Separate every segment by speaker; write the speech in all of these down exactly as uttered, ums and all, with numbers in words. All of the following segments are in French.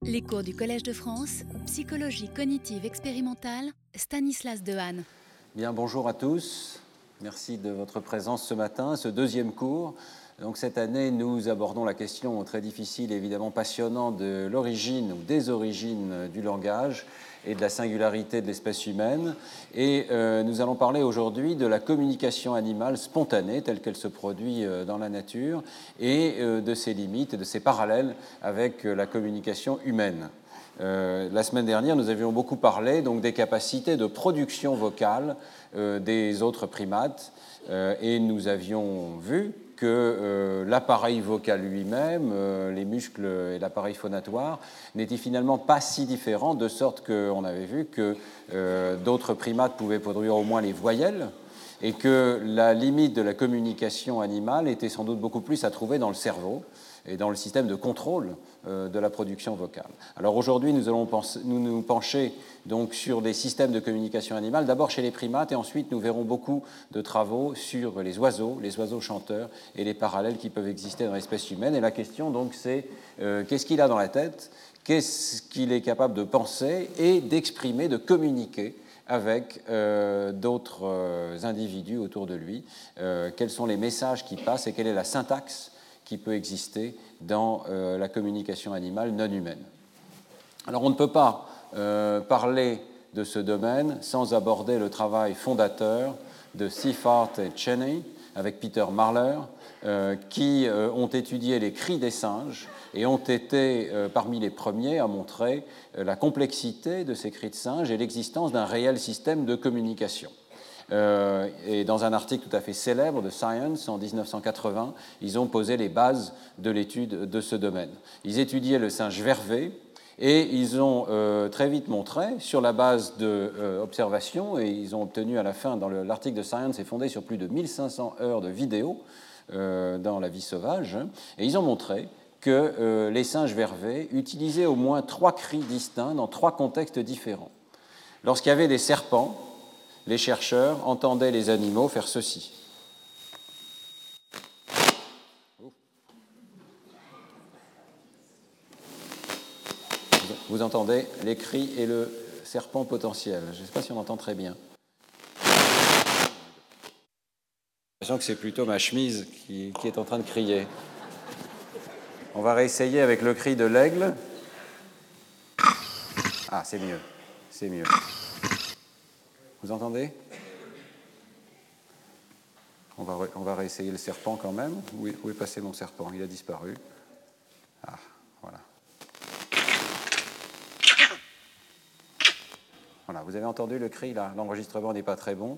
Speaker 1: Les cours du Collège de France, psychologie cognitive expérimentale, Stanislas Dehaene.
Speaker 2: Bien, bonjour à tous. Merci de votre présence ce matin, ce deuxième cours. Donc cette année, nous abordons la question très difficile et évidemment passionnante de l'origine ou des origines du langage et de la singularité de l'espèce humaine. Et euh, nous allons parler aujourd'hui de la communication animale spontanée telle qu'elle se produit euh, dans la nature et euh, de ses limites et de ses parallèles avec euh, la communication humaine. Euh, la semaine dernière, nous avions beaucoup parlé donc, des capacités de production vocale euh, des autres primates euh, et nous avions vu que euh, l'appareil vocal lui-même, euh, les muscles et l'appareil phonatoire n'étaient finalement pas si différents, de sorte qu'on avait vu que euh, d'autres primates pouvaient produire au moins les voyelles et que la limite de la communication animale était sans doute beaucoup plus à trouver dans le cerveau et dans le système de contrôle euh, de la production vocale. Alors aujourd'hui, nous allons penser, nous, nous pencher donc sur des systèmes de communication animale, d'abord chez les primates, et ensuite nous verrons beaucoup de travaux sur les oiseaux, les oiseaux chanteurs, et les parallèles qui peuvent exister dans l'espèce humaine. Et la question donc c'est euh, qu'est-ce qu'il a dans la tête, qu'est-ce qu'il est capable de penser et d'exprimer, de communiquer avec euh, d'autres euh, individus autour de lui, euh, quels sont les messages qui passent et quelle est la syntaxe qui peut exister dans euh, la communication animale non humaine. Alors on ne peut pas euh, parler de ce domaine sans aborder le travail fondateur de Seifert et Cheney avec Peter Marler, euh, qui euh, ont étudié les cris des singes et ont été euh, parmi les premiers à montrer euh, la complexité de ces cris de singes et l'existence d'un réel système de communication. Euh, et dans un article tout à fait célèbre de Science en dix-neuf cent quatre-vingts, ils ont posé les bases de l'étude de ce domaine. Ils étudiaient le singe vervé et ils ont euh, très vite montré, sur la base d'observations, euh, et ils ont obtenu à la fin, dans l'article de Science, est fondé sur plus de mille cinq cents heures de vidéos euh, dans la vie sauvage, et ils ont montré que euh, les singes vervés utilisaient au moins trois cris distincts dans trois contextes différents. Lorsqu'il y avait des serpents, les chercheurs entendaient les animaux faire ceci. Vous entendez les cris et le serpent potentiel. Je ne sais pas si on entend très bien. J'ai l'impression que c'est plutôt ma chemise qui, qui est en train de crier. On va réessayer avec le cri de l'aigle. Ah, c'est mieux. C'est mieux. Vous entendez ? On va, on va réessayer le serpent quand même. Où est, où est passé mon serpent ? Il a disparu. Ah, voilà. Voilà, vous avez entendu le cri là. L'enregistrement n'est pas très bon.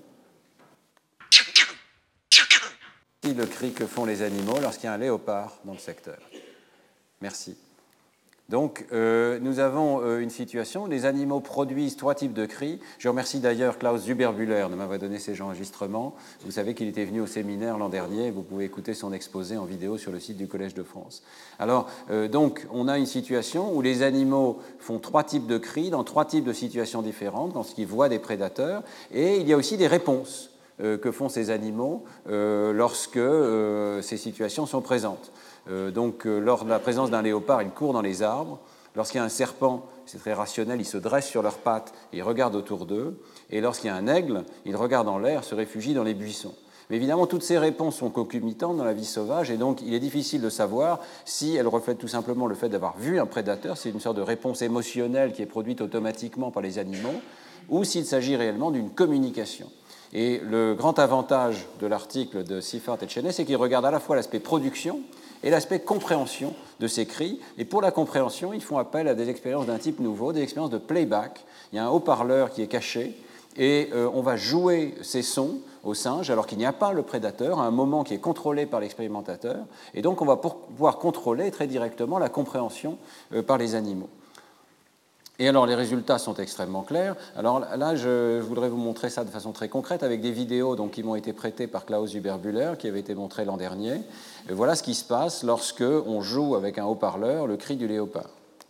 Speaker 2: C'est le cri que font les animaux lorsqu'il y a un léopard dans le secteur. Merci. Donc, euh, nous avons euh, une situation où les animaux produisent trois types de cris. Je remercie d'ailleurs Klaus Zuberbühler de m'avoir donné ces enregistrements. Vous savez qu'il était venu au séminaire l'an dernier. Vous pouvez écouter son exposé en vidéo sur le site du Collège de France. Alors, euh, donc, on a une situation où les animaux font trois types de cris dans trois types de situations différentes, lorsqu'ils voient des prédateurs. Et il y a aussi des réponses euh, que font ces animaux euh, lorsque euh, ces situations sont présentes. Euh, donc, euh, lors de la présence d'un léopard, il court dans les arbres. Lorsqu'il y a un serpent, c'est très rationnel, ils se dressent sur leurs pattes et ils regardent autour d'eux. Et lorsqu'il y a un aigle, ils regardent en l'air, se réfugient dans les buissons. Mais évidemment, toutes ces réponses sont concomitantes dans la vie sauvage et donc il est difficile de savoir si elles reflètent tout simplement le fait d'avoir vu un prédateur, c'est une sorte de réponse émotionnelle qui est produite automatiquement par les animaux, ou s'il s'agit réellement d'une communication. Et le grand avantage de l'article de Seifert et Cheney, c'est qu'il regarde à la fois l'aspect production et l'aspect compréhension de ces cris. Et pour la compréhension, ils font appel à des expériences d'un type nouveau, des expériences de playback. Il y a un haut-parleur qui est caché et euh, on va jouer ces sons au singe alors qu'il n'y a pas le prédateur, à un moment qui est contrôlé par l'expérimentateur. Et donc on va pouvoir contrôler très directement la compréhension euh, par les animaux. Et alors, les résultats sont extrêmement clairs. Alors là, je voudrais vous montrer ça de façon très concrète avec des vidéos donc, qui m'ont été prêtées par Klaus Zuberbühler, qui avaient été montrées l'an dernier. Et voilà ce qui se passe lorsque on joue avec un haut-parleur le cri du léopard.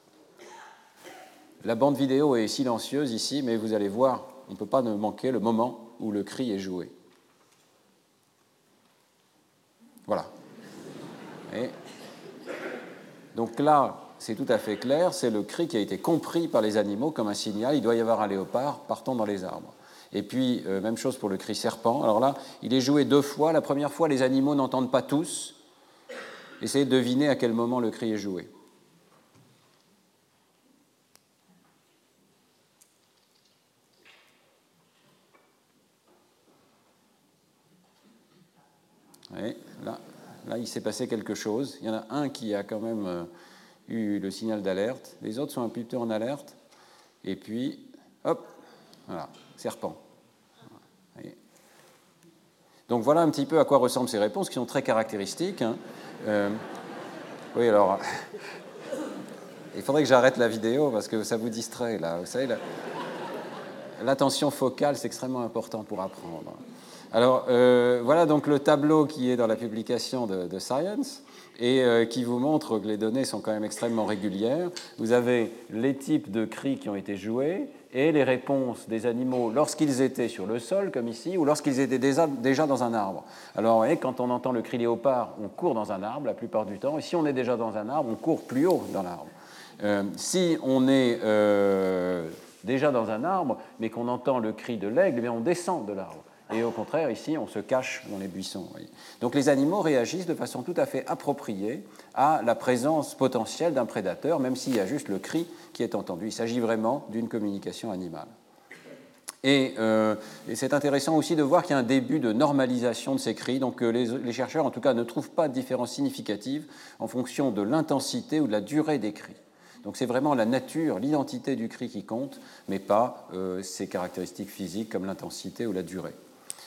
Speaker 2: La bande vidéo est silencieuse ici, mais vous allez voir, on ne peut pas ne manquer le moment où le cri est joué. Voilà. Et donc là, c'est tout à fait clair, c'est le cri qui a été compris par les animaux comme un signal, il doit y avoir un léopard partant dans les arbres. Et puis, euh, même chose pour le cri serpent. Alors là, il est joué deux fois. La première fois, les animaux n'entendent pas tous. Essayez de deviner à quel moment le cri est joué. Oui, là, là, il s'est passé quelque chose. Il y en a un qui a quand même euh, eu le signal d'alerte. Les autres sont un peu en alerte. Et puis, hop, voilà, serpent. Oui. Donc voilà un petit peu à quoi ressemblent ces réponses, qui sont très caractéristiques. Hein. Euh, oui, alors, il faudrait que j'arrête la vidéo parce que ça vous distrait, là. Vous savez, l'attention focale, c'est extrêmement important pour apprendre. Alors, euh, voilà donc le tableau qui est dans la publication de, de Science et euh, qui vous montre que les données sont quand même extrêmement régulières. Vous avez les types de cris qui ont été joués et les réponses des animaux lorsqu'ils étaient sur le sol, comme ici, ou lorsqu'ils étaient déjà, déjà dans un arbre. Alors, vous voyez, quand on entend le cri léopard, on court dans un arbre la plupart du temps, et si on est déjà dans un arbre, on court plus haut dans l'arbre. Euh, si on est euh, déjà dans un arbre, mais qu'on entend le cri de l'aigle, eh bien on descend de l'arbre. Et au contraire, ici, on se cache dans les buissons. Oui. Donc les animaux réagissent de façon tout à fait appropriée à la présence potentielle d'un prédateur, même s'il y a juste le cri qui est entendu. Il s'agit vraiment d'une communication animale. Et, euh, et c'est intéressant aussi de voir qu'il y a un début de normalisation de ces cris. Donc les, les chercheurs, en tout cas, ne trouvent pas de différence significative en fonction de l'intensité ou de la durée des cris. Donc c'est vraiment la nature, l'identité du cri qui compte, mais pas euh, ses caractéristiques physiques comme l'intensité ou la durée.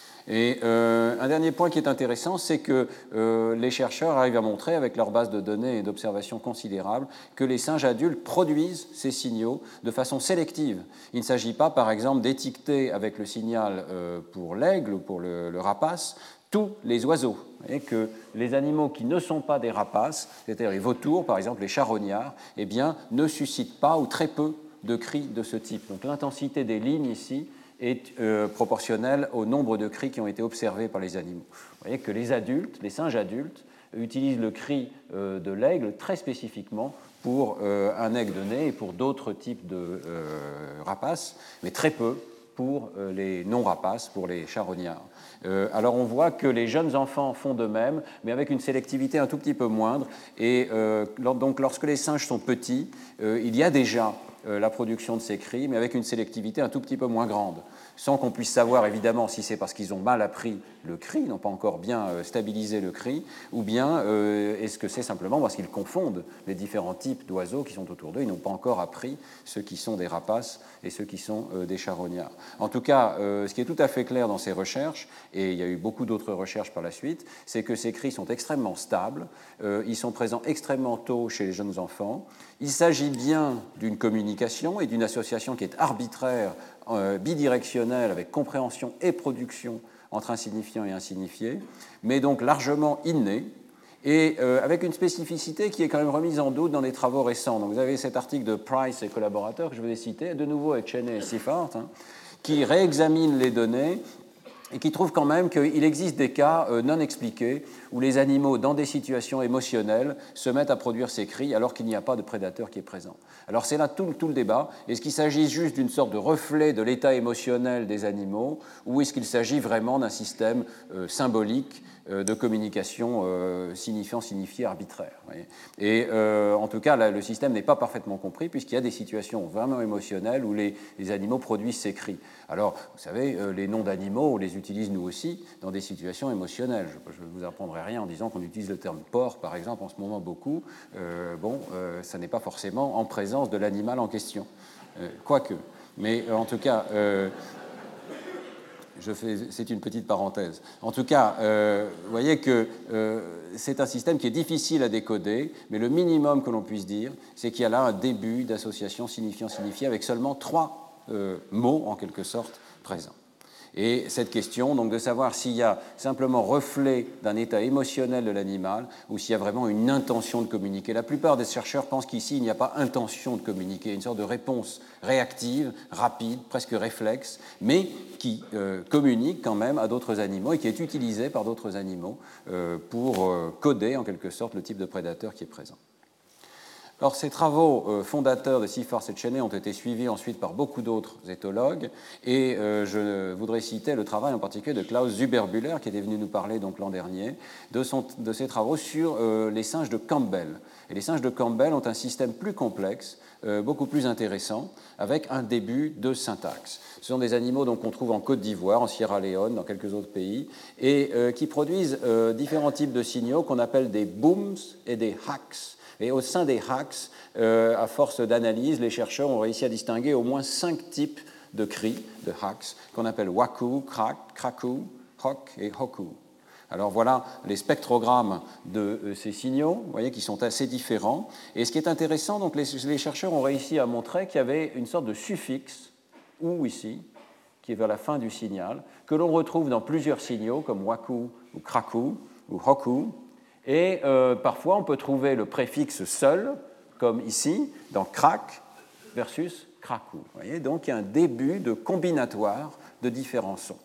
Speaker 2: Et euh, un dernier point qui est intéressant, c'est que euh, les chercheurs arrivent à montrer, avec leur base de données et d'observations considérables, que les singes adultes produisent ces signaux de façon sélective. Il ne s'agit pas, par exemple, d'étiqueter avec le signal euh, pour l'aigle ou pour le, le rapace tous les oiseaux. Vous voyez que les animaux qui ne sont pas des rapaces, c'est-à-dire les vautours, par exemple les charognards, eh bien, ne suscitent pas ou très peu de cris de ce type. Donc l'intensité des lignes ici est euh, proportionnelle au nombre de cris qui ont été observés par les animaux. Vous voyez que les adultes, les singes adultes, utilisent le cri euh, de l'aigle très spécifiquement pour euh, un aigle de nez et pour d'autres types de euh, rapaces, mais très peu pour euh, les non-rapaces, pour les charognards. Euh, alors on voit que les jeunes enfants font de même, mais avec une sélectivité un tout petit peu moindre. Et euh, donc lorsque les singes sont petits, euh, il y a déjà euh, la production de ces cris, mais avec une sélectivité un tout petit peu moins grande, sans qu'on puisse savoir évidemment si c'est parce qu'ils ont mal appris le cri, n'ont pas encore bien euh, stabilisé le cri, ou bien euh, est-ce que c'est simplement parce qu'ils confondent les différents types d'oiseaux qui sont autour d'eux, ils n'ont pas encore appris ceux qui sont des rapaces et ceux qui sont euh, des charognards. En tout cas, euh, ce qui est tout à fait clair dans ces recherches, et il y a eu beaucoup d'autres recherches par la suite, c'est que ces cris sont extrêmement stables, euh, ils sont présents extrêmement tôt chez les jeunes enfants. Il s'agit bien d'une communication et d'une association qui est arbitraire, euh, bidirectionnelle, avec compréhension et production entre un signifiant et un signifié, mais donc largement innée, et euh, avec une spécificité qui est quand même remise en doute dans des travaux récents. Donc vous avez cet article de Price et collaborateurs que je vous ai cité, de nouveau avec Cheney et Seifert, hein, qui réexamine les données et qui trouve quand même qu'il existe des cas euh, non expliqués où les animaux, dans des situations émotionnelles, se mettent à produire ces cris alors qu'il n'y a pas de prédateur qui est présent. Alors c'est là tout, tout le débat. Est-ce qu'il s'agit juste d'une sorte de reflet de l'état émotionnel des animaux, ou est-ce qu'il s'agit vraiment d'un système euh, symbolique euh, de communication euh, signifiant-signifié arbitraire? Et euh, en tout cas, là, le système n'est pas parfaitement compris, puisqu'il y a des situations vraiment émotionnelles où les, les animaux produisent ces cris. Alors, vous savez, euh, les noms d'animaux, on les utilise nous aussi dans des situations émotionnelles. Je ne vous apprendrai rien en disant qu'on utilise le terme porc, par exemple, en ce moment beaucoup. Euh, bon, euh, ça n'est pas forcément en présence de l'animal en question. Euh, quoique. Mais euh, en tout cas, euh, je fais, c'est une petite parenthèse. En tout cas, euh, vous voyez que euh, c'est un système qui est difficile à décoder, mais le minimum que l'on puisse dire, c'est qu'il y a là un début d'association signifiant-signifié avec seulement trois euh, mots, en quelque sorte, présents. Et cette question, donc, de savoir s'il y a simplement reflet d'un état émotionnel de l'animal ou s'il y a vraiment une intention de communiquer. La plupart des chercheurs pensent qu'ici, il n'y a pas intention de communiquer, une sorte de réponse réactive, rapide, presque réflexe, mais qui euh, communique quand même à d'autres animaux et qui est utilisée par d'autres animaux euh, pour euh, coder, en quelque sorte, le type de prédateur qui est présent. Alors, ces travaux euh, fondateurs de Seaforth et Cheney ont été suivis ensuite par beaucoup d'autres éthologues, et euh, je voudrais citer le travail en particulier de Klaus Zuberbühler, qui était venu nous parler donc l'an dernier, de, son, de ses travaux sur euh, les singes de Campbell. Et les singes de Campbell ont un système plus complexe, euh, beaucoup plus intéressant, avec un début de syntaxe. Ce sont des animaux donc, qu'on trouve en Côte d'Ivoire, en Sierra Leone, dans quelques autres pays, et euh, qui produisent euh, différents types de signaux qu'on appelle des booms et des hacks. Et au sein des hacks, euh, à force d'analyse, les chercheurs ont réussi à distinguer au moins cinq types de cris, de hacks, qu'on appelle waku, crack, kraku, hock et hoku. Alors voilà les spectrogrammes de euh, ces signaux, vous voyez, qui sont assez différents. Et ce qui est intéressant, donc les, les chercheurs ont réussi à montrer qu'il y avait une sorte de suffixe, ou ici, qui est vers la fin du signal, que l'on retrouve dans plusieurs signaux, comme waku ou kraku ou hoku. Et euh, parfois, on peut trouver le préfixe seul, comme ici, dans crack versus kraku. Vous voyez, donc, il y a un début de combinatoire de différents sons.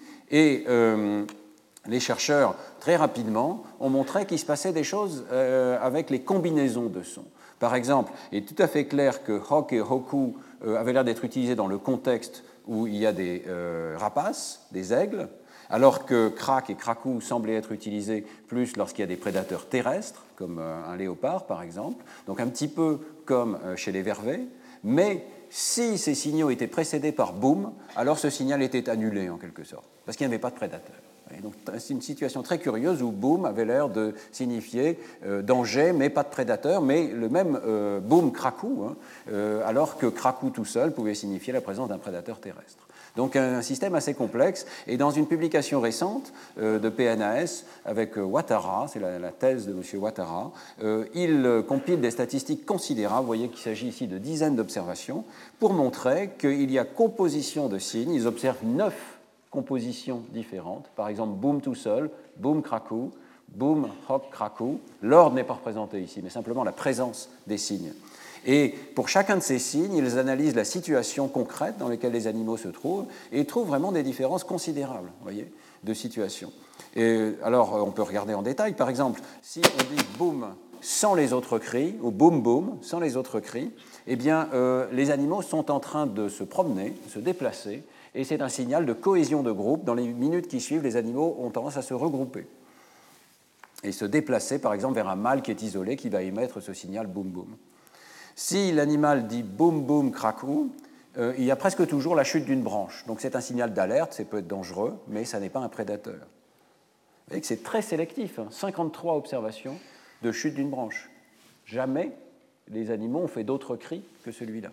Speaker 2: Et euh, les chercheurs, très rapidement, ont montré qu'il se passait des choses euh, avec les combinaisons de sons. Par exemple, il est tout à fait clair que hock et hoku euh, avaient l'air d'être utilisés dans le contexte où il y a des euh, rapaces, des aigles, alors que crack et kraku semblaient être utilisés plus lorsqu'il y a des prédateurs terrestres, comme un léopard par exemple, donc un petit peu comme chez les vervets, mais si ces signaux étaient précédés par boom, alors ce signal était annulé en quelque sorte, parce qu'il n'y avait pas de prédateur. Et donc, c'est une situation très curieuse où boom avait l'air de signifier euh, danger, mais pas de prédateur, mais le même euh, boom kraku, hein, euh, alors que kraku tout seul pouvait signifier la présence d'un prédateur terrestre. Donc un système assez complexe. Et dans une publication récente euh, de P N A S avec euh, Ouattara, c'est la, la thèse de M. Ouattara, euh, il euh, compile des statistiques considérables, vous voyez qu'il s'agit ici de dizaines d'observations, pour montrer qu'il y a composition de signes. Ils observent neuf compositions différentes, par exemple boom tout seul, boom kraku, boom hock kraku. L'ordre n'est pas représenté ici, mais simplement la présence des signes. Et pour chacun de ces signes, ils analysent la situation concrète dans laquelle les animaux se trouvent et ils trouvent vraiment des différences considérables, vous voyez, de situation. Et alors, on peut regarder en détail. Par exemple, si on dit boom sans les autres cris, ou boom boom sans les autres cris, eh bien, euh, les animaux sont en train de se promener, de se déplacer, et c'est un signal de cohésion de groupe. Dans les minutes qui suivent, les animaux ont tendance à se regrouper et se déplacer, par exemple, vers un mâle qui est isolé, qui va émettre ce signal boom boom. Si l'animal dit boum boum cracou, euh, il y a presque toujours la chute d'une branche. Donc c'est un signal d'alerte, ça peut être dangereux, mais ça n'est pas un prédateur. Vous voyez que c'est très sélectif, hein, cinquante-trois observations de chute d'une branche. Jamais les animaux ont fait d'autres cris que celui-là.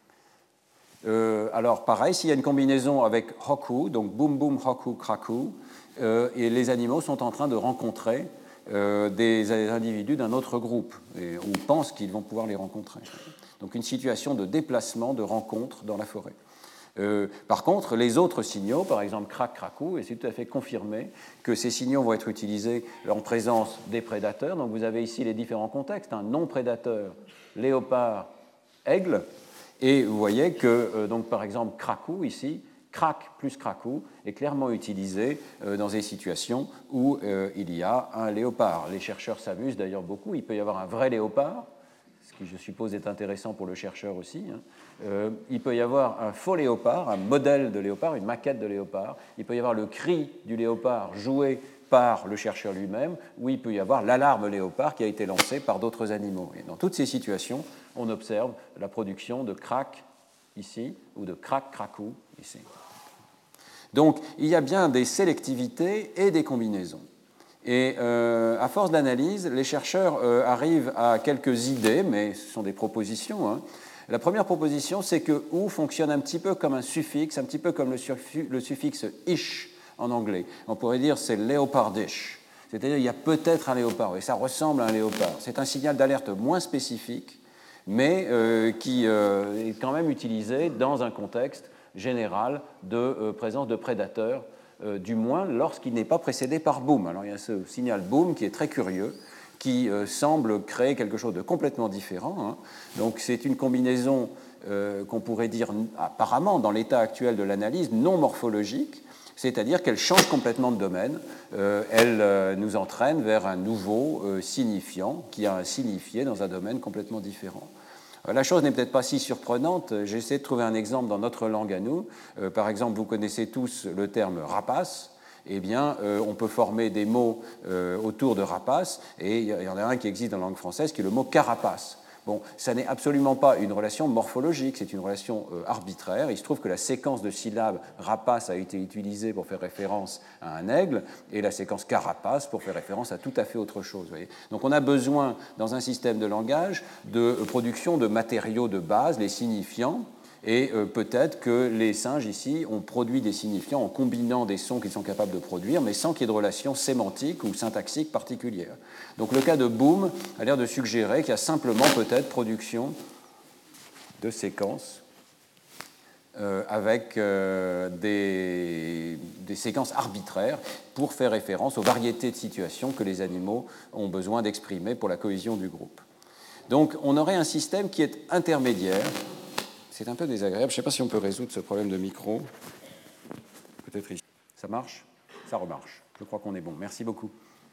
Speaker 2: Euh, alors pareil, s'il y a une combinaison avec hoku, donc boum boum hoku cracou, euh, et les animaux sont en train de rencontrer Euh, des individus d'un autre groupe, et on pense qu'ils vont pouvoir les rencontrer. Donc une situation de déplacement, de rencontre dans la forêt. Euh, par contre, les autres signaux, par exemple crac cracou, et c'est tout à fait confirmé que ces signaux vont être utilisés en présence des prédateurs. Donc vous avez ici les différents contextes, un non-prédateur, léopard, aigle, et vous voyez que, euh, donc, par exemple, cracou ici, crac plus cracou est clairement utilisé euh, dans des situations où euh, il y a un léopard. Les chercheurs s'amusent d'ailleurs beaucoup. Il peut y avoir un vrai léopard, ce qui je suppose est intéressant pour le chercheur aussi. Hein. Euh, il peut y avoir un faux léopard, un modèle de léopard, une maquette de léopard. Il peut y avoir le cri du léopard joué par le chercheur lui-même, ou il peut y avoir l'alarme léopard qui a été lancée par d'autres animaux. Et dans toutes ces situations, on observe la production de crac ici ou de crac cracou ici. Donc, il y a bien des sélectivités et des combinaisons. Et euh, à force d'analyse, les chercheurs euh, arrivent à quelques idées, mais ce sont des propositions. Hein. La première proposition, c'est que ou fonctionne un petit peu comme un suffixe, un petit peu comme le, suffi- le suffixe ish en anglais. On pourrait dire c'est léopardish. C'est-à-dire il y a peut-être un léopard, et ça ressemble à un léopard. C'est un signal d'alerte moins spécifique, mais euh, qui euh, est quand même utilisé dans un contexte général de euh, présence de prédateurs, euh, du moins lorsqu'il n'est pas précédé par boom. Alors il y a ce signal boom qui est très curieux, qui euh, semble créer quelque chose de complètement différent. Hein. Donc c'est une combinaison euh, qu'on pourrait dire apparemment dans l'état actuel de l'analyse non morphologique, c'est-à-dire qu'elle change complètement de domaine, euh, elle euh, nous entraîne vers un nouveau euh, signifiant qui a un signifié dans un domaine complètement différent. La chose n'est peut-être pas si surprenante. J'ai essayé de trouver un exemple dans notre langue à nous. Euh, par exemple, vous connaissez tous le terme rapace. Eh bien, euh, on peut former des mots euh, autour de rapace, et il y en a un qui existe dans la langue française, qui est le mot carapace. Bon, ça n'est absolument pas une relation morphologique, c'est une relation euh, arbitraire. Il se trouve que la séquence de syllabes rapace a été utilisée pour faire référence à un aigle, et la séquence carapace pour faire référence à tout à fait autre chose. Vous voyez. Donc on a besoin, dans un système de langage, de production de matériaux de base, les signifiants, et euh, peut-être que les singes ici ont produit des signifiants en combinant des sons qu'ils sont capables de produire, mais sans qu'il y ait de relation sémantique ou syntaxique particulière. Donc le cas de Boom a l'air de suggérer qu'il y a simplement peut-être production de séquences euh, avec euh, des, des séquences arbitraires pour faire référence aux variétés de situations que les animaux ont besoin d'exprimer pour la cohésion du groupe. Donc on aurait un système qui est intermédiaire. C'est un peu désagréable. Je ne sais pas si on peut résoudre ce problème de micro. Peut-être ici. Ça marche ? Ça remarche. Je crois qu'on est bon. Merci beaucoup.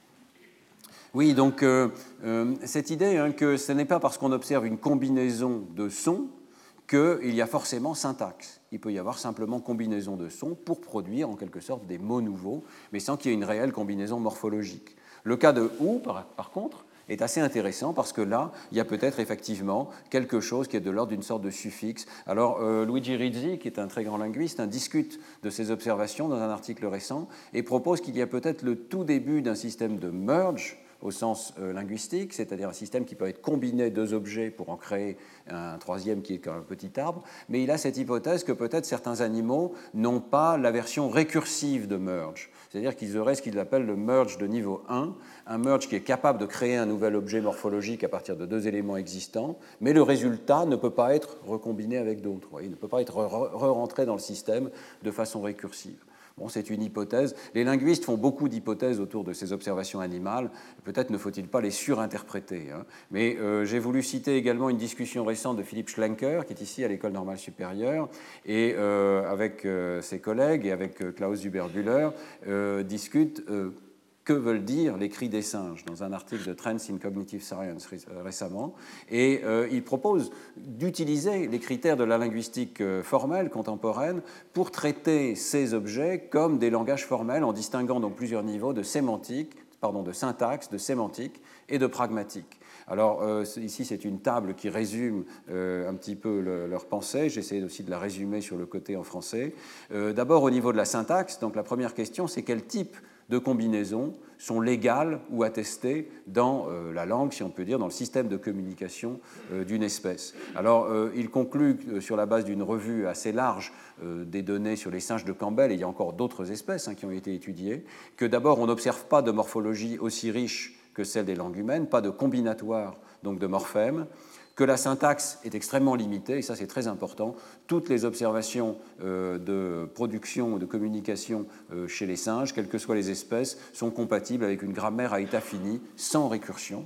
Speaker 2: Oui, donc euh, euh, cette idée hein, que ce n'est pas parce qu'on observe une combinaison de sons qu'il y a forcément syntaxe. Il peut y avoir simplement combinaison de sons pour produire en quelque sorte des mots nouveaux, mais sans qu'il y ait une réelle combinaison morphologique. Le cas de « ou », par, par contre, est assez intéressant parce que là, il y a peut-être effectivement quelque chose qui est de l'ordre d'une sorte de suffixe. Alors, euh, Luigi Rizzi, qui est un très grand linguiste, hein, discute de ces observations dans un article récent et propose qu'il y a peut-être le tout début d'un système de merge au sens euh, linguistique, c'est-à-dire un système qui peut être combiné deux objets pour en créer un troisième qui est comme un petit arbre, mais il a cette hypothèse que peut-être certains animaux n'ont pas la version récursive de merge. C'est-à-dire qu'ils auraient ce qu'ils appellent le merge de niveau un, un merge qui est capable de créer un nouvel objet morphologique à partir de deux éléments existants, mais le résultat ne peut pas être recombiné avec d'autres. Il ne peut pas être re-rentré dans le système de façon récursive. Bon, c'est une hypothèse. Les linguistes font beaucoup d'hypothèses autour de ces observations animales. Peut-être ne faut-il pas les surinterpréter. Hein. Mais euh, j'ai voulu citer également une discussion récente de Philippe Schlenker, qui est ici à l'École normale supérieure, et euh, avec euh, ses collègues et avec euh, Klaus Zuber-Bühler, euh, discute euh, que veulent dire les cris des singes dans un article de Trends in Cognitive Science récemment. Et euh, il propose d'utiliser les critères de la linguistique formelle contemporaine pour traiter ces objets comme des langages formels en distinguant donc plusieurs niveaux de sémantique, pardon, de syntaxe, de sémantique et de pragmatique. Alors euh, ici, c'est une table qui résume euh, un petit peu le, leur pensée. J'essaie aussi de la résumer sur le côté en français. Euh, d'abord, au niveau de la syntaxe, donc la première question, c'est quel type de combinaisons sont légales ou attestées dans euh, la langue, si on peut dire, dans le système de communication euh, d'une espèce. Alors, euh, il conclut euh, sur la base d'une revue assez large euh, des données sur les singes de Campbell, et il y a encore d'autres espèces hein, qui ont été étudiées, que d'abord, on n'observe pas de morphologie aussi riche que celle des langues humaines, pas de combinatoire, donc de morphèmes, que la syntaxe est extrêmement limitée, et ça c'est très important. Toutes les observations euh, de production, de communication euh, chez les singes, quelles que soient les espèces, sont compatibles avec une grammaire à état fini, sans récursion.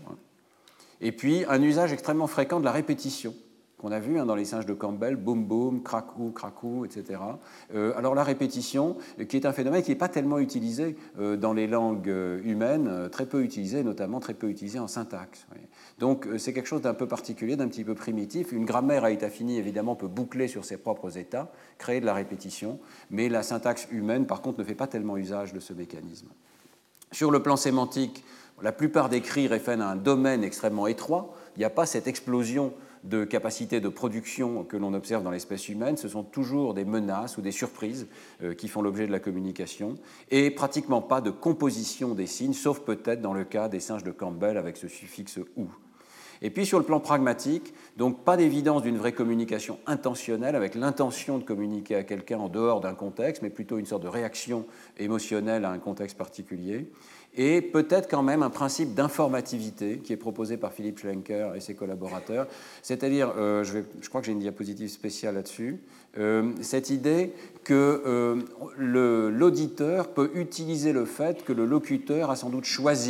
Speaker 2: Et puis un usage extrêmement fréquent de la répétition, qu'on a vu hein, dans les singes de Campbell, boum boum, cracou, cracou, et cetera. Euh, alors la répétition, qui est un phénomène qui n'est pas tellement utilisé euh, dans les langues euh, humaines, euh, très peu utilisé, notamment très peu utilisé en syntaxe. Oui. Donc euh, c'est quelque chose d'un peu particulier, d'un petit peu primitif. Une grammaire à état fini, évidemment, peut boucler sur ses propres états, créer de la répétition, mais la syntaxe humaine, par contre, ne fait pas tellement usage de ce mécanisme. Sur le plan sémantique, la plupart des cris réfèrent à un domaine extrêmement étroit. Il n'y a pas cette explosion de capacité de production que l'on observe dans l'espèce humaine, ce sont toujours des menaces ou des surprises euh, qui font l'objet de la communication, et pratiquement pas de composition des signes, sauf peut-être dans le cas des singes de Campbell avec ce suffixe « ou ». Et puis sur le plan pragmatique, donc pas d'évidence d'une vraie communication intentionnelle avec l'intention de communiquer à quelqu'un en dehors d'un contexte, mais plutôt une sorte de réaction émotionnelle à un contexte particulier. Et peut-être quand même un principe d'informativité qui est proposé par Philippe Schlenker et ses collaborateurs, c'est-à-dire, euh, je, vais, je crois que j'ai une diapositive spéciale là-dessus, euh, cette idée que euh, le, l'auditeur peut utiliser le fait que le locuteur a sans doute choisi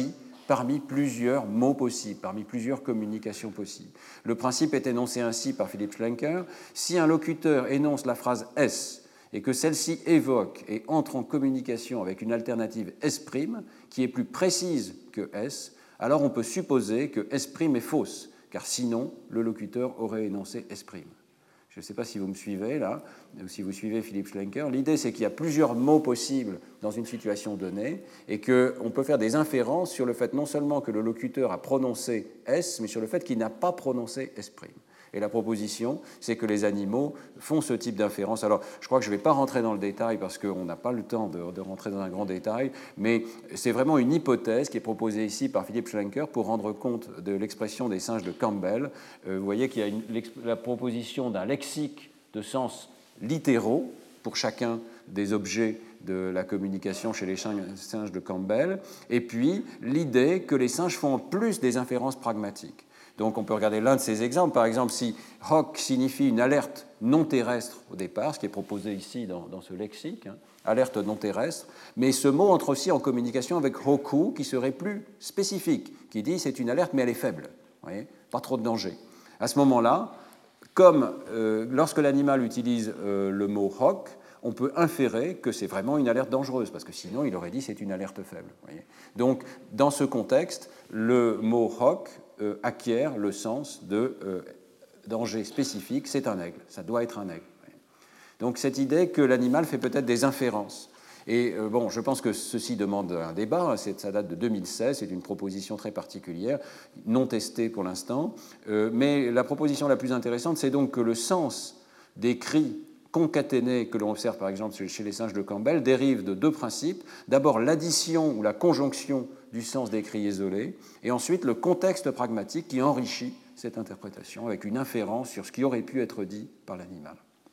Speaker 2: parmi plusieurs mots possibles, parmi plusieurs communications possibles. Le principe est énoncé ainsi par Philipp Schlenker. Si un locuteur énonce la phrase « S » et que celle-ci évoque et entre en communication avec une alternative S' qui est plus précise que S, alors on peut supposer que S' est fausse, car sinon le locuteur aurait énoncé S'. Je ne sais pas si vous me suivez là, ou si vous suivez Philipp Schlenker. L'idée, c'est qu'il y a plusieurs mots possibles dans une situation donnée et qu'on peut faire des inférences sur le fait non seulement que le locuteur a prononcé S, mais sur le fait qu'il n'a pas prononcé S'. Et la proposition, c'est que les animaux font ce type d'inférence. Alors, je crois que je ne vais pas rentrer dans le détail parce qu'on n'a pas le temps de, de rentrer dans un grand détail, mais c'est vraiment une hypothèse qui est proposée ici par Philipp Schlenker pour rendre compte de l'expression des singes de Campbell. Euh, vous voyez qu'il y a une, la proposition d'un lexique de sens littéraux pour chacun des objets de la communication chez les singes de Campbell, et puis l'idée que les singes font en plus des inférences pragmatiques. Donc on peut regarder l'un de ces exemples. Par exemple, si Hawk signifie une alerte non terrestre au départ, ce qui est proposé ici dans, dans ce lexique, hein, alerte non terrestre, mais ce mot entre aussi en communication avec Hoku, qui serait plus spécifique, qui dit c'est une alerte mais elle est faible, vous voyez, pas trop de danger. À ce moment-là, comme euh, lorsque l'animal utilise euh, le mot Hawk, on peut inférer que c'est vraiment une alerte dangereuse, parce que sinon il aurait dit c'est une alerte faible. Vous voyez. Donc dans ce contexte, le mot Hawk Euh, acquiert le sens de euh, danger spécifique, c'est un aigle, ça doit être un aigle. Donc cette idée que l'animal fait peut-être des inférences. Et euh, bon, je pense que ceci demande un débat, ça date de deux mille seize, c'est une proposition très particulière, non testée pour l'instant, euh, mais la proposition la plus intéressante, c'est donc que le sens des cris concaténés que l'on observe par exemple chez les singes de Campbell dérive de deux principes. D'abord l'addition ou la conjonction du sens des cris isolés, et ensuite le contexte pragmatique qui enrichit cette interprétation avec une inférence sur ce qui aurait pu être dit par l'animal.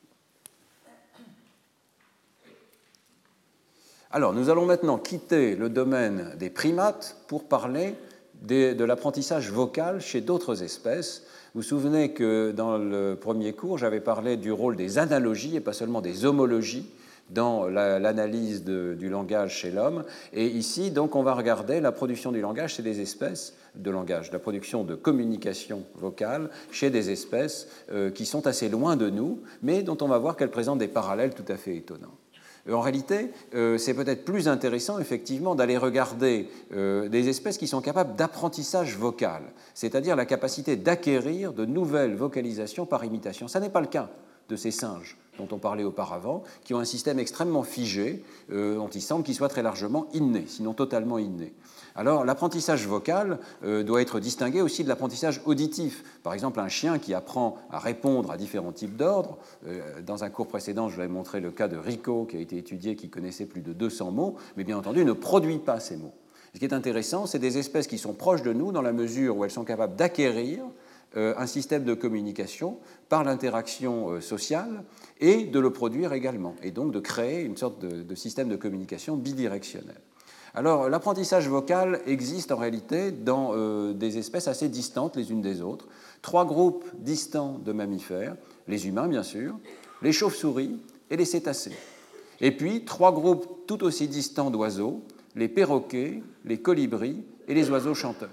Speaker 2: Alors, nous allons maintenant quitter le domaine des primates pour parler de, de l'apprentissage vocal chez d'autres espèces. Vous vous souvenez que dans le premier cours, j'avais parlé du rôle des analogies et pas seulement des homologies dans la, l'analyse de, du langage chez l'homme. Et ici, donc, on va regarder la production du langage chez des espèces de langage, la production de communication vocale chez des espèces euh, qui sont assez loin de nous, mais dont on va voir qu'elles présentent des parallèles tout à fait étonnants. En réalité, euh, c'est peut-être plus intéressant, effectivement, d'aller regarder euh, des espèces qui sont capables d'apprentissage vocal, c'est-à-dire la capacité d'acquérir de nouvelles vocalisations par imitation. Ça n'est pas le cas de ces singes dont on parlait auparavant, qui ont un système extrêmement figé, euh, dont il semble qu'il soit très largement inné, sinon totalement inné. Alors, l'apprentissage vocal euh, doit être distingué aussi de l'apprentissage auditif. Par exemple, un chien qui apprend à répondre à différents types d'ordres. Euh, dans un cours précédent, je vous avais montré le cas de Rico, qui a été étudié, qui connaissait plus de deux cents mots, mais bien entendu ne produit pas ces mots. Ce qui est intéressant, c'est des espèces qui sont proches de nous dans la mesure où elles sont capables d'acquérir euh, un système de communication par l'interaction euh, sociale et de le produire également, et donc de créer une sorte de, de système de communication bidirectionnel. Alors, l'apprentissage vocal existe en réalité dans euh, des espèces assez distantes les unes des autres. Trois groupes distants de mammifères, les humains bien sûr, les chauves-souris et les cétacés. Et puis, trois groupes tout aussi distants d'oiseaux, les perroquets, les colibris et les oiseaux chanteurs.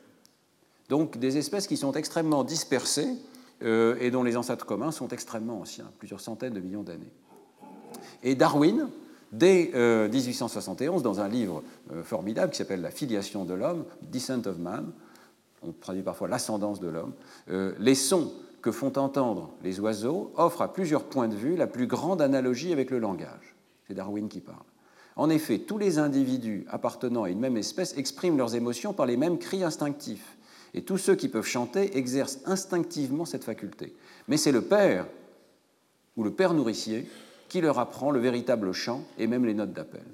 Speaker 2: Donc, des espèces qui sont extrêmement dispersées euh, et dont les ancêtres communs sont extrêmement anciens, plusieurs centaines de millions d'années. Et Darwin, dès euh, dix-huit cent soixante et onze, dans un livre euh, formidable qui s'appelle « La filiation de l'homme », « Descent of Man », on traduit parfois « l'ascendance de l'homme euh, », les sons que font entendre les oiseaux offrent à plusieurs points de vue la plus grande analogie avec le langage. C'est Darwin qui parle. En effet, tous les individus appartenant à une même espèce expriment leurs émotions par les mêmes cris instinctifs. Et tous ceux qui peuvent chanter exercent instinctivement cette faculté. Mais c'est le père ou le père nourricier qui leur apprend le véritable chant et même les notes d'appel.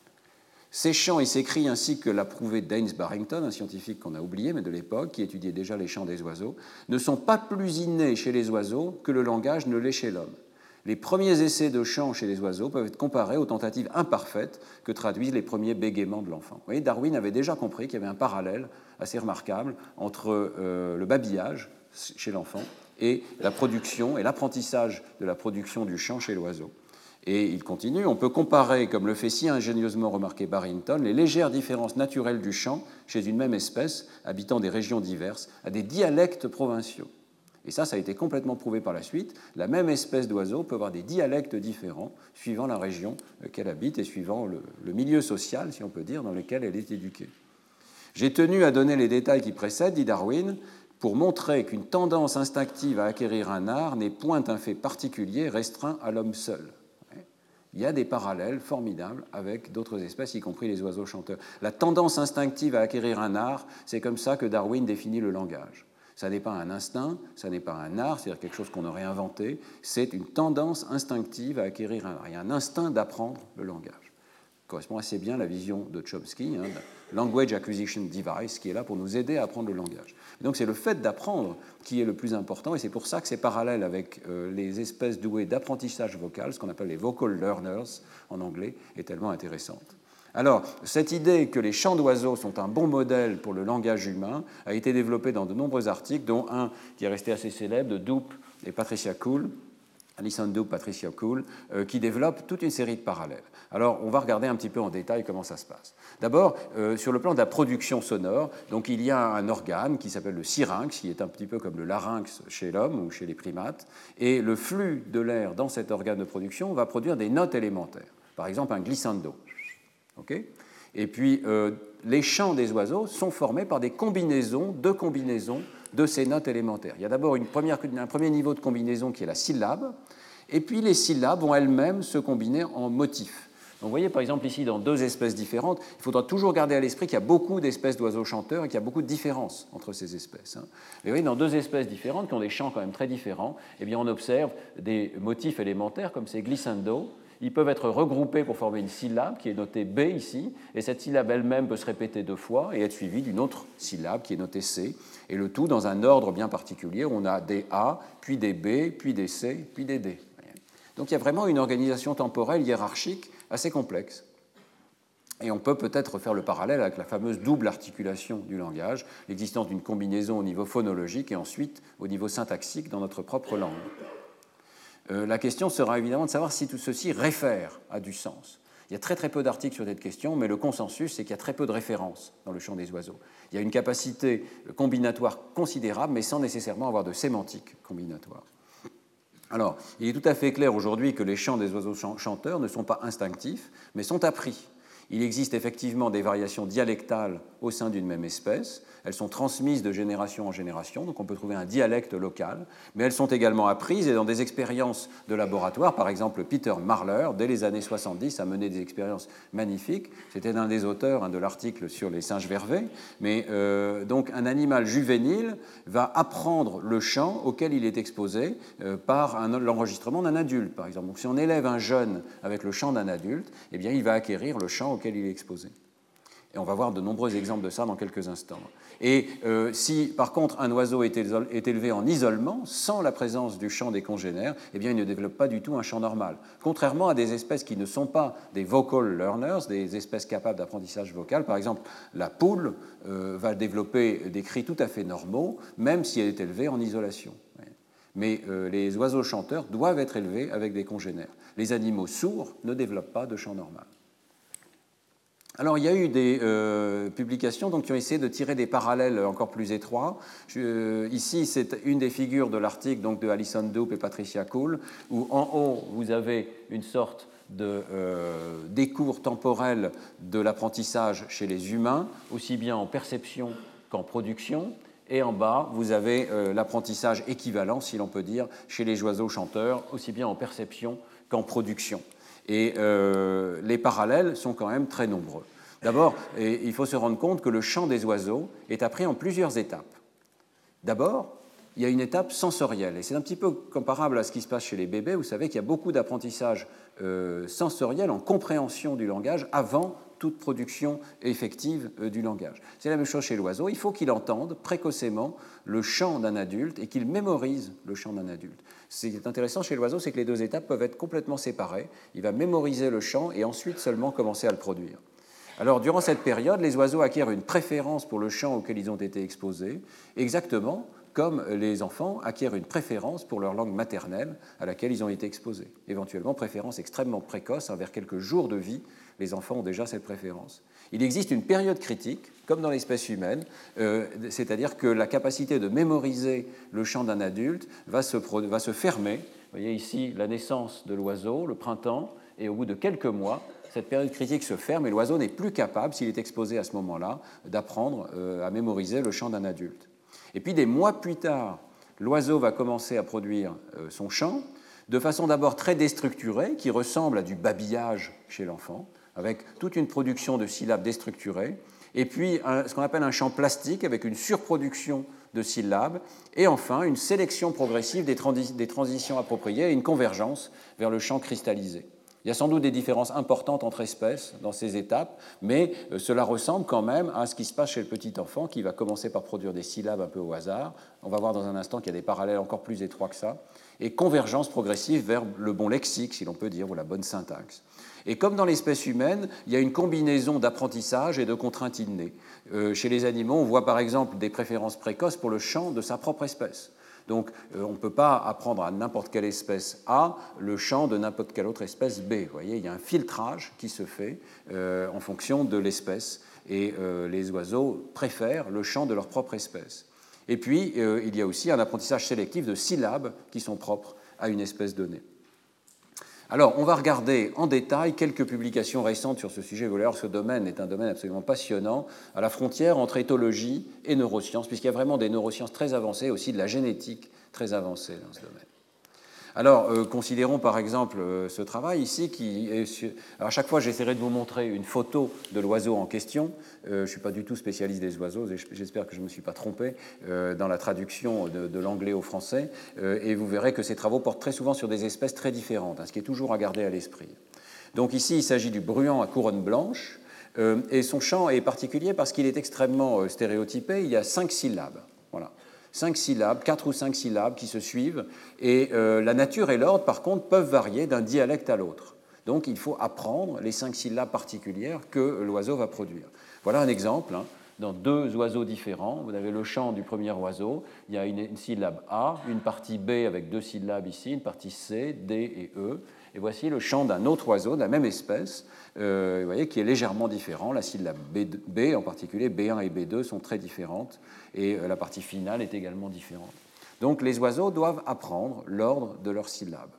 Speaker 2: Ces chants et ces cris, ainsi que l'a prouvé Daines Barrington, un scientifique qu'on a oublié, mais de l'époque, qui étudiait déjà les chants des oiseaux, ne sont pas plus innés chez les oiseaux que le langage ne l'est chez l'homme. Les premiers essais de chant chez les oiseaux peuvent être comparés aux tentatives imparfaites que traduisent les premiers bégaiements de l'enfant. Vous voyez, Darwin avait déjà compris qu'il y avait un parallèle assez remarquable entre euh, le babillage chez l'enfant et la production et l'apprentissage de la production du chant chez l'oiseau. Et il continue, on peut comparer, comme le fait si ingénieusement remarqué Barrington, les légères différences naturelles du chant chez une même espèce, habitant des régions diverses, à des dialectes provinciaux. Et ça, ça a été complètement prouvé par la suite. La même espèce d'oiseau peut avoir des dialectes différents suivant la région qu'elle habite et suivant le, le milieu social, si on peut dire, dans lequel elle est éduquée. J'ai tenu à donner les détails qui précèdent, dit Darwin, pour montrer qu'une tendance instinctive à acquérir un art n'est point un fait particulier restreint à l'homme seul. Il y a des parallèles formidables avec d'autres espèces, y compris les oiseaux chanteurs. La tendance instinctive à acquérir un art, c'est comme ça que Darwin définit le langage. Ça n'est pas un instinct, ça n'est pas un art, c'est-à-dire quelque chose qu'on aurait inventé, c'est une tendance instinctive à acquérir un art. Il y a un instinct d'apprendre le langage. Ça correspond assez bien à la vision de Chomsky, hein, Language Acquisition Device, qui est là pour nous aider à apprendre le langage. Et donc c'est le fait d'apprendre qui est le plus important, et c'est pour ça que c'est parallèle avec euh, les espèces douées d'apprentissage vocal, ce qu'on appelle les vocal learners en anglais, est tellement intéressante. Alors, cette idée que les chants d'oiseaux sont un bon modèle pour le langage humain a été développée dans de nombreux articles, dont un qui est resté assez célèbre, de Doupe et Patricia Kuhl, Alison Doupe, Patricia Kuhl, euh, qui développe toute une série de parallèles. Alors, on va regarder un petit peu en détail comment ça se passe. D'abord, euh, sur le plan de la production sonore, donc il y a un organe qui s'appelle le syrinx, qui est un petit peu comme le larynx chez l'homme ou chez les primates, et le flux de l'air dans cet organe de production va produire des notes élémentaires. Par exemple, un glissando. Okay, et puis, euh, les chants des oiseaux sont formés par des combinaisons, deux combinaisons de ces notes élémentaires. Il y a d'abord une première, un premier niveau de combinaison qui est la syllabe, et puis les syllabes vont elles-mêmes se combiner en motifs. Donc, vous voyez, par exemple, ici, dans deux espèces différentes, il faudra toujours garder à l'esprit qu'il y a beaucoup d'espèces d'oiseaux chanteurs et qu'il y a beaucoup de différences entre ces espèces. Hein. Et vous voyez, dans deux espèces différentes, qui ont des chants quand même très différents, eh bien, on observe des motifs élémentaires comme ces glissando. Ils peuvent être regroupés pour former une syllabe qui est notée B ici, et cette syllabe elle-même peut se répéter deux fois et être suivie d'une autre syllabe qui est notée C, et le tout dans un ordre bien particulier où on a des A, puis des B, puis des C, puis des D. Donc il y a vraiment une organisation temporelle hiérarchique assez complexe. Et on peut peut-être faire le parallèle avec la fameuse double articulation du langage, l'existence d'une combinaison au niveau phonologique et ensuite au niveau syntaxique dans notre propre langue. Euh, la question sera évidemment de savoir si tout ceci réfère à du sens. Il y a très très peu d'articles sur cette question, mais le consensus, c'est qu'il y a très peu de références dans le chant des oiseaux. Il y a une capacité combinatoire considérable, mais sans nécessairement avoir de sémantique combinatoire. Alors, il est tout à fait clair aujourd'hui que les chants des oiseaux chanteurs ne sont pas instinctifs, mais sont appris. Il existe effectivement des variations dialectales au sein d'une même espèce. Elles sont transmises de génération en génération, donc on peut trouver un dialecte local, mais elles sont également apprises et dans des expériences de laboratoire, par exemple Peter Marler, dès les années soixante-dix, a mené des expériences magnifiques. C'était l'un des auteurs hein, de l'article sur les singes vervets, mais euh, donc un animal juvénile va apprendre le chant auquel il est exposé euh, par un, l'enregistrement d'un adulte, par exemple. Donc si on élève un jeune avec le chant d'un adulte, eh bien, il va acquérir le chant auquel il est exposé. Et on va voir de nombreux exemples de ça dans quelques instants. Et euh, si, par contre, un oiseau est, est élevé en isolement, sans la présence du chant des congénères, eh bien, il ne développe pas du tout un chant normal. Contrairement à des espèces qui ne sont pas des vocal learners, des espèces capables d'apprentissage vocal, par exemple, la poule euh, va développer des cris tout à fait normaux, même si elle est élevée en isolation. Mais euh, les oiseaux chanteurs doivent être élevés avec des congénères. Les animaux sourds ne développent pas de chant normal. Alors, il y a eu des euh, publications donc, qui ont essayé de tirer des parallèles encore plus étroits. Je, euh, ici, c'est une des figures de l'article donc, de Alison Doupe et Patricia Kuhl, où en haut, vous avez une sorte de euh, décours temporel de l'apprentissage chez les humains, aussi bien en perception qu'en production. Et en bas, vous avez euh, l'apprentissage équivalent, si l'on peut dire, chez les oiseaux chanteurs, aussi bien en perception qu'en production. Et euh, les parallèles sont quand même très nombreux. D'abord, il faut se rendre compte que le chant des oiseaux est appris en plusieurs étapes. D'abord, il y a une étape sensorielle, et c'est un petit peu comparable à ce qui se passe chez les bébés. Vous savez qu'il y a beaucoup d'apprentissage euh, sensoriel en compréhension du langage avant toute production effective euh, du langage. C'est la même chose chez l'oiseau. Il faut qu'il entende précocement le chant d'un adulte et qu'il mémorise le chant d'un adulte. Ce qui est intéressant chez l'oiseau, c'est que les deux étapes peuvent être complètement séparées. Il va mémoriser le chant et ensuite seulement commencer à le produire. Alors, durant cette période, les oiseaux acquièrent une préférence pour le chant auquel ils ont été exposés, exactement comme les enfants acquièrent une préférence pour leur langue maternelle à laquelle ils ont été exposés. Éventuellement, préférence extrêmement précoce, hein, vers quelques jours de vie, les enfants ont déjà cette préférence. Il existe une période critique, comme dans l'espèce humaine, euh, c'est-à-dire que la capacité de mémoriser le chant d'un adulte va se, va se fermer. Vous voyez ici la naissance de l'oiseau, le printemps, et au bout de quelques mois, cette période critique se ferme et l'oiseau n'est plus capable, s'il est exposé à ce moment-là, d'apprendre euh, à mémoriser le chant d'un adulte. Et puis des mois plus tard, l'oiseau va commencer à produire euh, son chant de façon d'abord très déstructurée, qui ressemble à du babillage chez l'enfant, avec toute une production de syllabes déstructurées, et puis un, ce qu'on appelle un chant plastique avec une surproduction de syllabes, et enfin une sélection progressive des, transi des transitions appropriées et une convergence vers le chant cristallisé. Il y a sans doute des différences importantes entre espèces dans ces étapes, mais cela ressemble quand même à ce qui se passe chez le petit enfant qui va commencer par produire des syllabes un peu au hasard. On va voir dans un instant qu'il y a des parallèles encore plus étroits que ça, et convergence progressive vers le bon lexique, si l'on peut dire, ou la bonne syntaxe. Et comme dans l'espèce humaine, il y a une combinaison d'apprentissage et de contraintes innées. Euh, chez les animaux, on voit par exemple des préférences précoces pour le chant de sa propre espèce. Donc, euh, on ne peut pas apprendre à n'importe quelle espèce A le chant de n'importe quelle autre espèce B. Vous voyez, il y a un filtrage qui se fait euh, en fonction de l'espèce, et euh, les oiseaux préfèrent le chant de leur propre espèce. Et puis, euh, il y a aussi un apprentissage sélectif de syllabes qui sont propres à une espèce donnée. Alors, on va regarder en détail quelques publications récentes sur ce sujet. D'ailleurs, ce domaine est un domaine absolument passionnant, à la frontière entre éthologie et neurosciences, puisqu'il y a vraiment des neurosciences très avancées, aussi de la génétique très avancée dans ce domaine. Alors, euh, considérons par exemple euh, ce travail ici qui est sur... Alors, à chaque fois, j'essaierai de vous montrer une photo de l'oiseau en question. Euh, je ne suis pas du tout spécialiste des oiseaux, et j'espère que je ne me suis pas trompé euh, dans la traduction de, de l'anglais au français. Euh, et vous verrez que ces travaux portent très souvent sur des espèces très différentes, hein, ce qui est toujours à garder à l'esprit. Donc ici, il s'agit du bruant à couronne blanche, euh, et son chant est particulier parce qu'il est extrêmement euh, stéréotypé. Il y a cinq syllabes. Voilà. Cinq syllabes, quatre ou cinq syllabes qui se suivent, et euh, la nature et l'ordre, par contre, peuvent varier d'un dialecte à l'autre. Donc, il faut apprendre les cinq syllabes particulières que l'oiseau va produire. Voilà un exemple, hein, dans deux oiseaux différents. Vous avez le chant du premier oiseau, il y a une, une syllabe A, une partie B avec deux syllabes ici, une partie C, D et E. Et voici le chant d'un autre oiseau de la même espèce, euh, vous voyez, qui est légèrement différent. La syllabe B, B, en particulier, B un et B deux, sont très différentes, et euh, la partie finale est également différente. Donc les oiseaux doivent apprendre l'ordre de leurs syllabes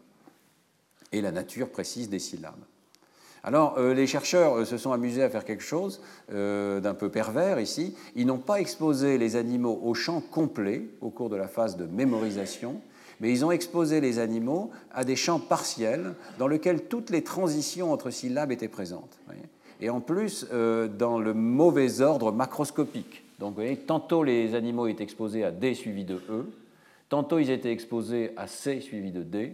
Speaker 2: et la nature précise des syllabes. Alors, euh, les chercheurs euh, se sont amusés à faire quelque chose euh, d'un peu pervers ici. Ils n'ont pas exposé les animaux au chant complet au cours de la phase de mémorisation, mais ils ont exposé les animaux à des chants partiels dans lesquels toutes les transitions entre syllabes étaient présentes. Voyez. Et en plus, euh, dans le mauvais ordre macroscopique. Donc, vous voyez, tantôt les animaux étaient exposés à D suivi de E, tantôt ils étaient exposés à C suivi de D,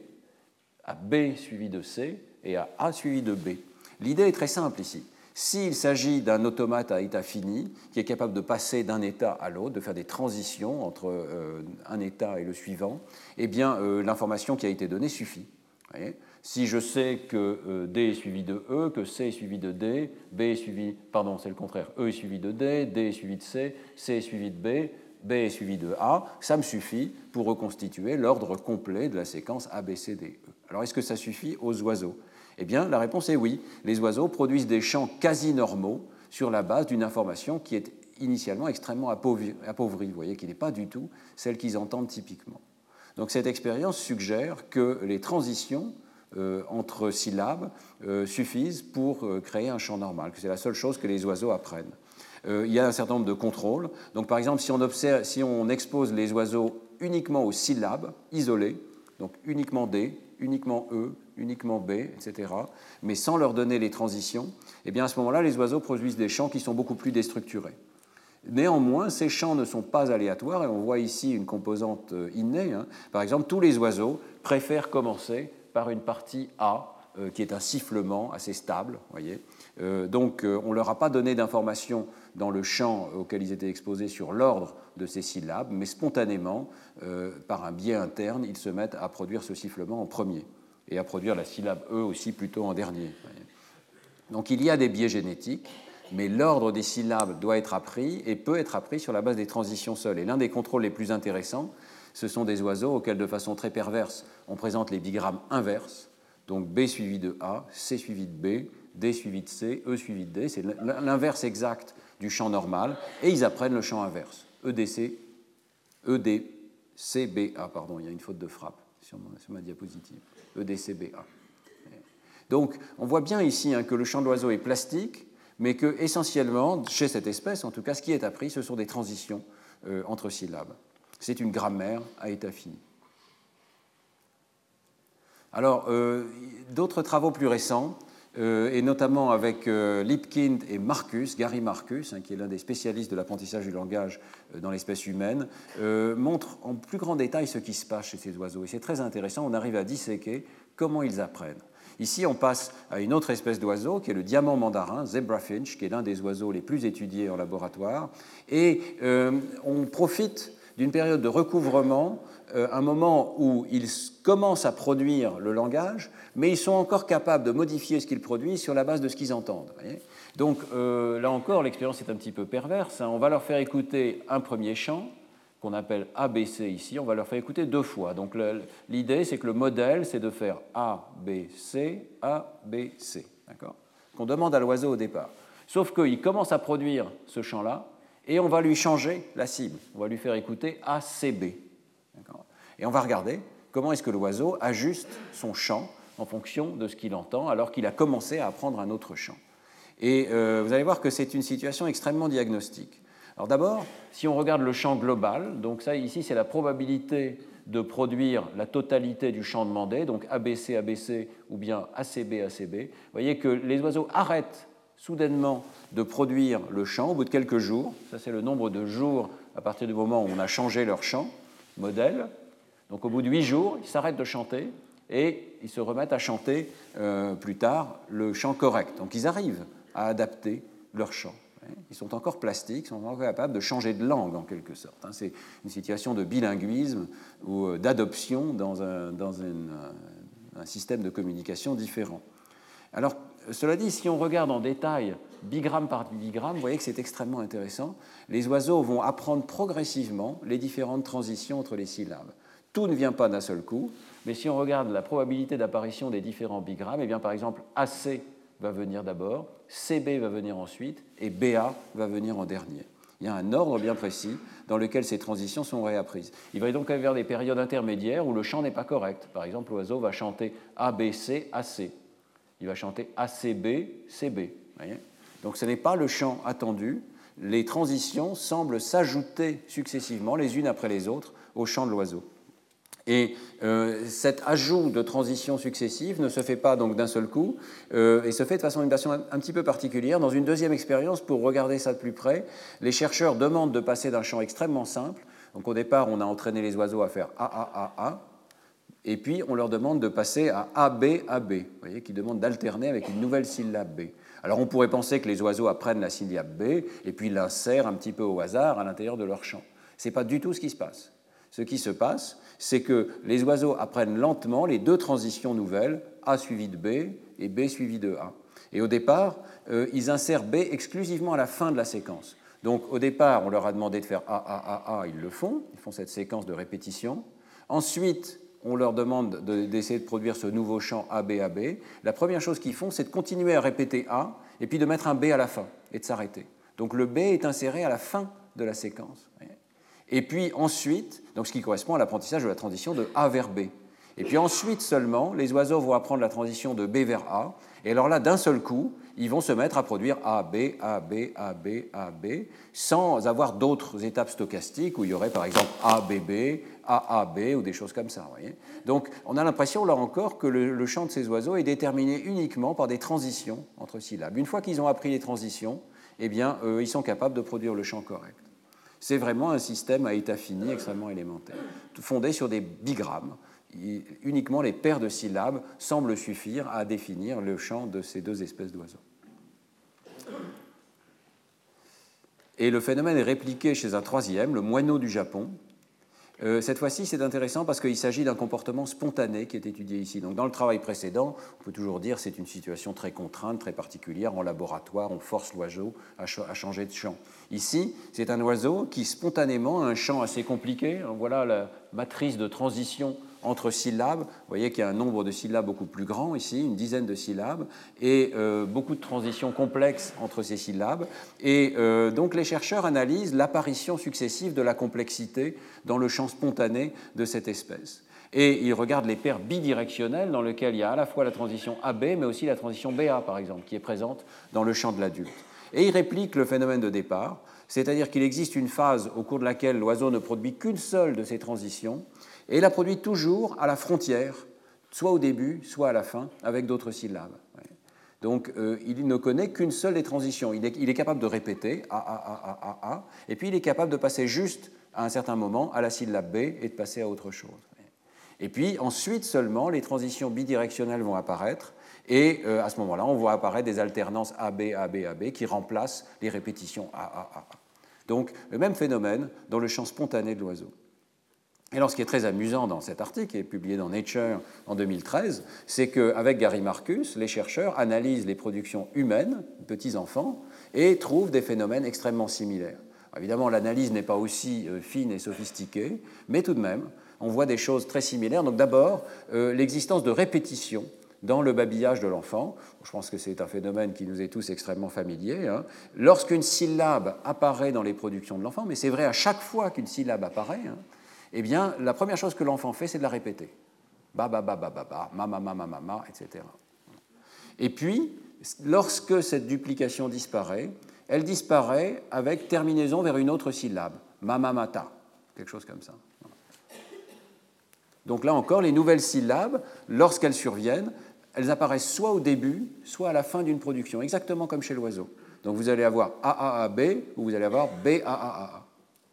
Speaker 2: à B suivi de C et à A suivi de B. L'idée est très simple ici. S'il s'agit d'un automate à état fini, qui est capable de passer d'un état à l'autre, de faire des transitions entre euh, un état et le suivant, eh bien, euh, l'information qui a été donnée suffit. Vous voyez ? Si je sais que euh, D est suivi de E, que C est suivi de D, B est suivi, pardon, c'est le contraire, E est suivi de D, D est suivi de C, C est suivi de B, B est suivi de A, ça me suffit pour reconstituer l'ordre complet de la séquence A, B, C, D, E. Alors, est-ce que ça suffit aux oiseaux ? Eh bien, la réponse est oui. Les oiseaux produisent des chants quasi normaux sur la base d'une information qui est initialement extrêmement appauvrie. Vous voyez qu'il n'est pas du tout celle qu'ils entendent typiquement. Donc, cette expérience suggère que les transitions euh, entre syllabes euh, suffisent pour euh, créer un chant normal, que c'est la seule chose que les oiseaux apprennent. Euh, il y a un certain nombre de contrôles. Donc, par exemple, si on, observe, si on expose les oiseaux uniquement aux syllabes isolées, donc uniquement D, uniquement E, uniquement B, et cetera, mais sans leur donner les transitions, eh bien à ce moment-là, les oiseaux produisent des chants qui sont beaucoup plus déstructurés. Néanmoins, ces chants ne sont pas aléatoires, et on voit ici une composante innée. Hein. Par exemple, tous les oiseaux préfèrent commencer par une partie A, euh, qui est un sifflement assez stable, voyez. Euh, donc, euh, on ne leur a pas donné d'informations dans le champ auquel ils étaient exposés sur l'ordre de ces syllabes, mais spontanément, euh, par un biais interne, ils se mettent à produire ce sifflement en premier et à produire la syllabe E aussi plutôt en dernier. Donc il y a des biais génétiques mais l'ordre des syllabes doit être appris et peut être appris sur la base des transitions seules. Et l'un des contrôles les plus intéressants, ce sont des oiseaux auxquels, de façon très perverse, on présente les bigrammes inverses, donc B suivi de A, C suivi de B, D suivi de C, E suivi de D. C'est l'inverse exact du chant normal, et ils apprennent le chant inverse. E D C, E D C B A, pardon, il y a une faute de frappe sur ma, sur ma diapositive. E D C B A. Donc, on voit bien ici hein, que le chant de l'oiseau est plastique, mais que, essentiellement, chez cette espèce, en tout cas, ce qui est appris, ce sont des transitions euh, entre syllabes. C'est une grammaire à état fini. Alors, euh, d'autres travaux plus récents, euh, et notamment avec euh, Lipkind et Marcus, Gary Marcus, hein, qui est l'un des spécialistes de l'apprentissage du langage euh, dans l'espèce humaine, euh, montrent en plus grand détail ce qui se passe chez ces oiseaux. Et c'est très intéressant, on arrive à disséquer comment ils apprennent. Ici, on passe à une autre espèce d'oiseau, qui est le diamant mandarin, zebrafinch, qui est l'un des oiseaux les plus étudiés en laboratoire. Et euh, on profite d'une période de recouvrement, euh, un moment où ils commencent à produire le langage, mais ils sont encore capables de modifier ce qu'ils produisent sur la base de ce qu'ils entendent. Voyez. Donc euh, là encore, l'expérience est un petit peu perverse. Hein. On va leur faire écouter un premier chant, qu'on appelle A B C ici, on va leur faire écouter deux fois. Donc l'idée, c'est que le modèle, c'est de faire A B C, A B C, d'accord ? Qu'on demande à l'oiseau au départ. Sauf qu'il commence à produire ce chant-là, et on va lui changer la cible. On va lui faire écouter A C B. Et on va regarder comment est-ce que l'oiseau ajuste son chant en fonction de ce qu'il entend, alors qu'il a commencé à apprendre un autre chant. Et euh, vous allez voir que c'est une situation extrêmement diagnostique. Alors d'abord, si on regarde le champ global, donc ça ici c'est la probabilité de produire la totalité du champ demandé, donc A B C, A B C ou bien A C B, A C B. Vous voyez que les oiseaux arrêtent soudainement de produire le chant au bout de quelques jours. Ça c'est le nombre de jours à partir du moment où on a changé leur chant modèle. Donc au bout de huit jours, ils s'arrêtent de chanter et ils se remettent à chanter euh, plus tard le chant correct. Donc ils arrivent à adapter leur chant. Ils sont encore plastiques, ils sont encore capables de changer de langue en quelque sorte. C'est une situation de bilinguisme ou d'adoption dans un, dans un, un système de communication différent. Alors, cela dit, si on regarde en détail bigramme par bigramme, vous voyez que c'est extrêmement intéressant. Les oiseaux vont apprendre progressivement les différentes transitions entre les syllabes. Tout ne vient pas d'un seul coup, mais si on regarde la probabilité d'apparition des différents bigrammes, eh bien, par exemple, A C va venir d'abord, C B va venir ensuite, et B A va venir en dernier. Il y a un ordre bien précis dans lequel ces transitions sont réapprises. Il va donc y avoir des périodes intermédiaires où le chant n'est pas correct. Par exemple, l'oiseau va chanter A B C, A C. Il va chanter A C B, C B. Voyez. Donc ce n'est pas le chant attendu. Les transitions semblent s'ajouter successivement, les unes après les autres, au chant de l'oiseau. Et euh, cet ajout de transitions successives ne se fait pas donc d'un seul coup, euh, et se fait de façon, une façon un, un petit peu particulière. Dans une deuxième expérience, pour regarder ça de plus près, les chercheurs demandent de passer d'un chant extrêmement simple. Donc au départ, on a entraîné les oiseaux à faire A, A, A, A, et puis on leur demande de passer à A, B, A, B, vous voyez, qui demande d'alterner avec une nouvelle syllabe B. Alors on pourrait penser que les oiseaux apprennent la syllabe B, et puis l'insèrent un petit peu au hasard à l'intérieur de leur chant. Ce n'est pas du tout ce qui se passe. Ce qui se passe, c'est que les oiseaux apprennent lentement les deux transitions nouvelles, A suivi de B et B suivi de A. Et au départ, euh, ils insèrent B exclusivement à la fin de la séquence. Donc au départ, on leur a demandé de faire A, A, A, A, ils le font, ils font cette séquence de répétition. Ensuite, on leur demande de, d'essayer de produire ce nouveau chant A, B, A, B. La première chose qu'ils font, c'est de continuer à répéter A et puis de mettre un B à la fin et de s'arrêter. Donc le B est inséré à la fin de la séquence. Et puis ensuite, donc ce qui correspond à l'apprentissage de la transition de A vers B. Et puis ensuite seulement, les oiseaux vont apprendre la transition de B vers A. Et alors là, d'un seul coup, ils vont se mettre à produire A, B, A, B, A, B, A, B, sans avoir d'autres étapes stochastiques où il y aurait par exemple A, B, B, A, A, B ou des choses comme ça. Vous voyez. Donc on a l'impression là encore que le, le chant de ces oiseaux est déterminé uniquement par des transitions entre syllabes. Une fois qu'ils ont appris les transitions, eh bien, euh, ils sont capables de produire le chant correct. C'est vraiment un système à état fini extrêmement élémentaire, fondé sur des bigrammes. Uniquement les paires de syllabes semblent suffire à définir le chant de ces deux espèces d'oiseaux. Et le phénomène est répliqué chez un troisième, le moineau du Japon. Euh, cette fois-ci, c'est intéressant parce qu'il s'agit d'un comportement spontané qui est étudié ici. Donc, dans le travail précédent, on peut toujours dire que c'est une situation très contrainte, très particulière. En laboratoire, on force l'oiseau à, ch à changer de chant. Ici, c'est un oiseau qui, spontanément, a un chant assez compliqué. Alors, voilà la matrice de transition entre syllabes. Vous voyez qu'il y a un nombre de syllabes beaucoup plus grand ici, une dizaine de syllabes, et euh, beaucoup de transitions complexes entre ces syllabes. Et euh, donc les chercheurs analysent l'apparition successive de la complexité dans le champ spontané de cette espèce. Et ils regardent les paires bidirectionnelles dans lesquelles il y a à la fois la transition A B, mais aussi la transition B A, par exemple, qui est présente dans le champ de l'adulte. Et ils répliquent le phénomène de départ, c'est-à-dire qu'il existe une phase au cours de laquelle l'oiseau ne produit qu'une seule de ces transitions, et la produit toujours à la frontière, soit au début, soit à la fin, avec d'autres syllabes. Donc, euh, il ne connaît qu'une seule des transitions. Il est, il est capable de répéter A, A, A, A, A, A, et puis il est capable de passer juste à un certain moment à la syllabe B et de passer à autre chose. Et puis, ensuite seulement, les transitions bidirectionnelles vont apparaître, et euh, à ce moment-là, on voit apparaître des alternances A B, A B, A B qui remplacent les répétitions A, A, A, A. Donc, le même phénomène dans le champ spontané de l'oiseau. Et alors, ce qui est très amusant dans cet article, qui est publié dans Nature en deux mille treize, c'est qu'avec Gary Marcus, les chercheurs analysent les productions humaines, petits enfants, et trouvent des phénomènes extrêmement similaires. Alors, évidemment, l'analyse n'est pas aussi euh, fine et sophistiquée, mais tout de même, on voit des choses très similaires. Donc d'abord, euh, l'existence de répétitions dans le babillage de l'enfant. Je pense que c'est un phénomène qui nous est tous extrêmement familier. Hein. Lorsqu'une syllabe apparaît dans les productions de l'enfant, mais c'est vrai à chaque fois qu'une syllabe apparaît, hein, eh bien, la première chose que l'enfant fait, c'est de la répéter. Ba, ba, ba, ba, ba, ba, ma, ma, ma, ma, ma, ma, et cetera. Et puis, lorsque cette duplication disparaît, elle disparaît avec terminaison vers une autre syllabe. Ma, ma, ma, ta. Quelque chose comme ça. Donc là encore, les nouvelles syllabes, lorsqu'elles surviennent, elles apparaissent soit au début, soit à la fin d'une production, exactement comme chez l'oiseau. Donc vous allez avoir A A A B, ou vous allez avoir B A A A A.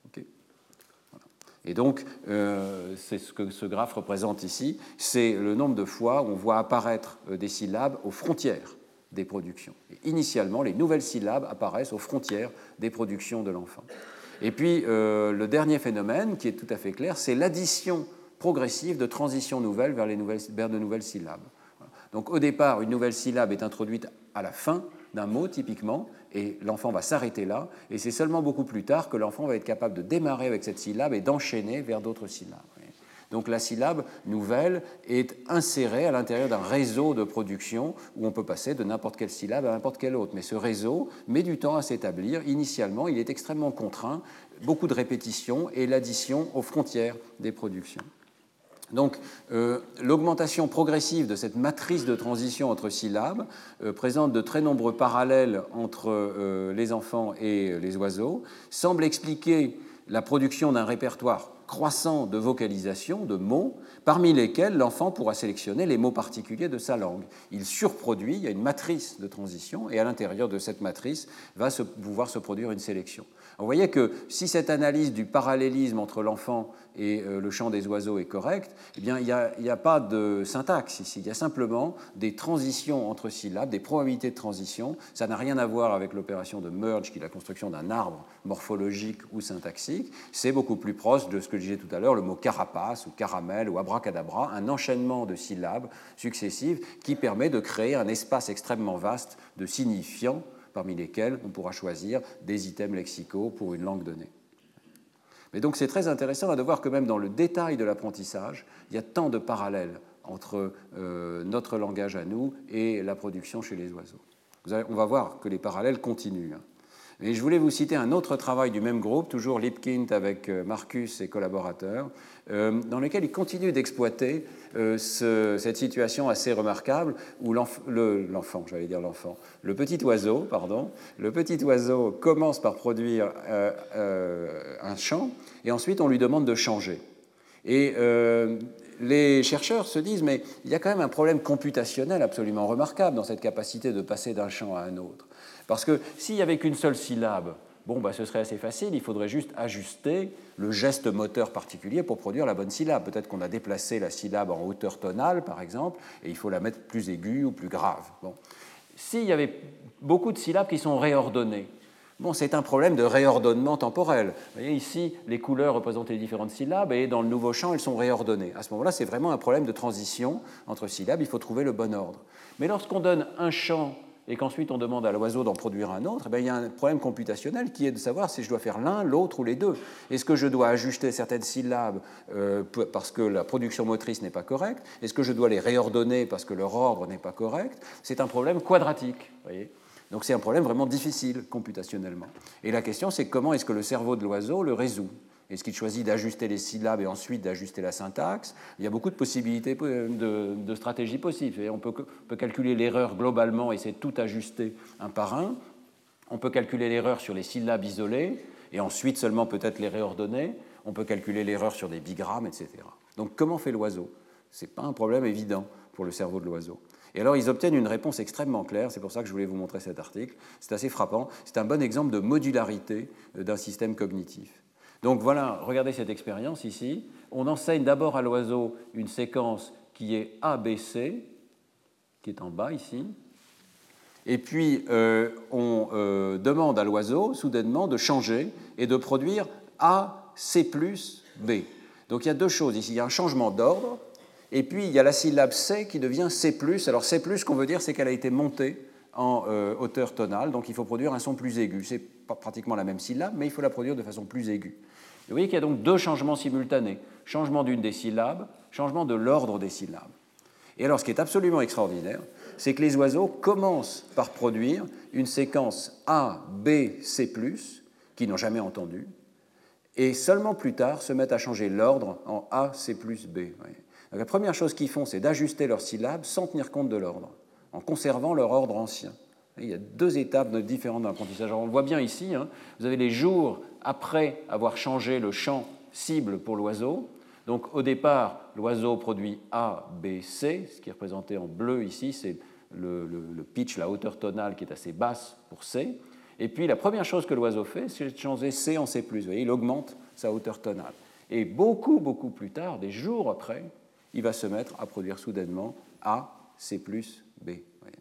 Speaker 2: Et donc, euh, c'est ce que ce graphe représente ici, c'est le nombre de fois où on voit apparaître des syllabes aux frontières des productions. Et initialement, les nouvelles syllabes apparaissent aux frontières des productions de l'enfant. Et puis, euh, le dernier phénomène, qui est tout à fait clair, c'est l'addition progressive de transitions nouvelles vers, les nouvelles, vers de nouvelles syllabes. Donc, au départ, une nouvelle syllabe est introduite à la fin d'un mot, typiquement, et l'enfant va s'arrêter là, et c'est seulement beaucoup plus tard que l'enfant va être capable de démarrer avec cette syllabe et d'enchaîner vers d'autres syllabes. Donc la syllabe nouvelle est insérée à l'intérieur d'un réseau de production où on peut passer de n'importe quelle syllabe à n'importe quelle autre. Mais ce réseau met du temps à s'établir. Initialement, il est extrêmement contraint, beaucoup de répétitions et l'addition aux frontières des productions. Donc, euh, l'augmentation progressive de cette matrice de transition entre syllabes euh, présente de très nombreux parallèles entre euh, les enfants et les oiseaux, semble expliquer la production d'un répertoire croissant de vocalisation, de mots, parmi lesquels l'enfant pourra sélectionner les mots particuliers de sa langue. Il surproduit, il y a une matrice de transition, et à l'intérieur de cette matrice va se, pouvoir se produire une sélection. Vous voyez que si cette analyse du parallélisme entre l'enfant et euh, le chant des oiseaux est correcte, eh bien, il n'y a, a pas de syntaxe ici. Il y a simplement des transitions entre syllabes, des probabilités de transition. Ça n'a rien à voir avec l'opération de merge, qui est la construction d'un arbre morphologique ou syntaxique. C'est beaucoup plus proche de ce que je disais tout à l'heure, le mot carapace ou caramel ou abracadabra, un enchaînement de syllabes successives qui permet de créer un espace extrêmement vaste de signifiants parmi lesquels on pourra choisir des items lexicaux pour une langue donnée. Mais donc c'est très intéressant de voir que même dans le détail de l'apprentissage, il y a tant de parallèles entre euh, notre langage à nous et la production chez les oiseaux. Vous allez, on va voir que les parallèles continuent. Hein. Et je voulais vous citer un autre travail du même groupe, toujours Lipkind avec Marcus et collaborateurs, euh, dans lequel il continue d'exploiter euh, ce, cette situation assez remarquable où l'enf- le, l'enfant, j'allais dire l'enfant, le petit oiseau, pardon, le petit oiseau commence par produire euh, euh, un chant et ensuite on lui demande de changer. Et euh, les chercheurs se disent, mais il y a quand même un problème computationnel absolument remarquable dans cette capacité de passer d'un chant à un autre. Parce que s'il n'y avait qu'une seule syllabe, bon, bah, ce serait assez facile, il faudrait juste ajuster le geste moteur particulier pour produire la bonne syllabe. Peut-être qu'on a déplacé la syllabe en hauteur tonale, par exemple, et il faut la mettre plus aiguë ou plus grave. Bon. S'il y avait beaucoup de syllabes qui sont réordonnées, Bon, c'est un problème de réordonnement temporel. Vous voyez, ici, les couleurs représentent les différentes syllabes et dans le nouveau champ, elles sont réordonnées. À ce moment-là, c'est vraiment un problème de transition entre syllabes. Il faut trouver le bon ordre. Mais lorsqu'on donne un champ et qu'ensuite on demande à l'oiseau d'en produire un autre, eh bien, il y a un problème computationnel qui est de savoir si je dois faire l'un, l'autre ou les deux. Est-ce que je dois ajuster certaines syllabes euh, parce que la production motrice n'est pas correcte? Est-ce que je dois les réordonner parce que leur ordre n'est pas correct? C'est un problème quadratique. Vous voyez. Donc c'est un problème vraiment difficile computationnellement. Et la question, c'est comment est-ce que le cerveau de l'oiseau le résout? Est-ce qu'il choisit d'ajuster les syllabes et ensuite d'ajuster la syntaxe? Il y a beaucoup de possibilités, de, de stratégies possibles. On peut, peut calculer l'erreur globalement et essayer de tout ajuster un par un. On peut calculer l'erreur sur les syllabes isolées et ensuite seulement peut-être les réordonner. On peut calculer l'erreur sur des bigrammes, et cetera. Donc comment fait l'oiseau? Ce n'est pas un problème évident pour le cerveau de l'oiseau. Et alors, ils obtiennent une réponse extrêmement claire, c'est pour ça que je voulais vous montrer cet article. C'est assez frappant, c'est un bon exemple de modularité d'un système cognitif. Donc voilà, regardez cette expérience ici. On enseigne d'abord à l'oiseau une séquence qui est A B C, qui est en bas ici. Et puis, euh, on euh, demande à l'oiseau, soudainement, de changer et de produire A C plus B. Donc il y a deux choses ici. Il y a un changement d'ordre. Et puis, il y a la syllabe C qui devient C plus. Alors, C plus, ce qu'on veut dire, c'est qu'elle a été montée en euh, hauteur tonale, donc il faut produire un son plus aigu. C'est pas pratiquement la même syllabe, mais il faut la produire de façon plus aiguë. Et vous voyez qu'il y a donc deux changements simultanés. Changement d'une des syllabes, changement de l'ordre des syllabes. Et alors, ce qui est absolument extraordinaire, c'est que les oiseaux commencent par produire une séquence A, B, C plus, qu'ils n'ont jamais entendue, et seulement plus tard se mettent à changer l'ordre en A, C plus, B. Donc, la première chose qu'ils font, c'est d'ajuster leurs syllabes sans tenir compte de l'ordre, en conservant leur ordre ancien. Il y a deux étapes différentes dans l'apprentissage. On le voit bien ici, hein, vous avez les jours après avoir changé le champ cible pour l'oiseau. Donc au départ, l'oiseau produit A, B, C, ce qui est représenté en bleu ici, c'est le, le, le pitch, la hauteur tonale qui est assez basse pour C. Et puis la première chose que l'oiseau fait, c'est de changer C en C plus. Vous voyez, il augmente sa hauteur tonale. Et beaucoup, beaucoup plus tard, des jours après, il va se mettre à produire soudainement A, C plus, B.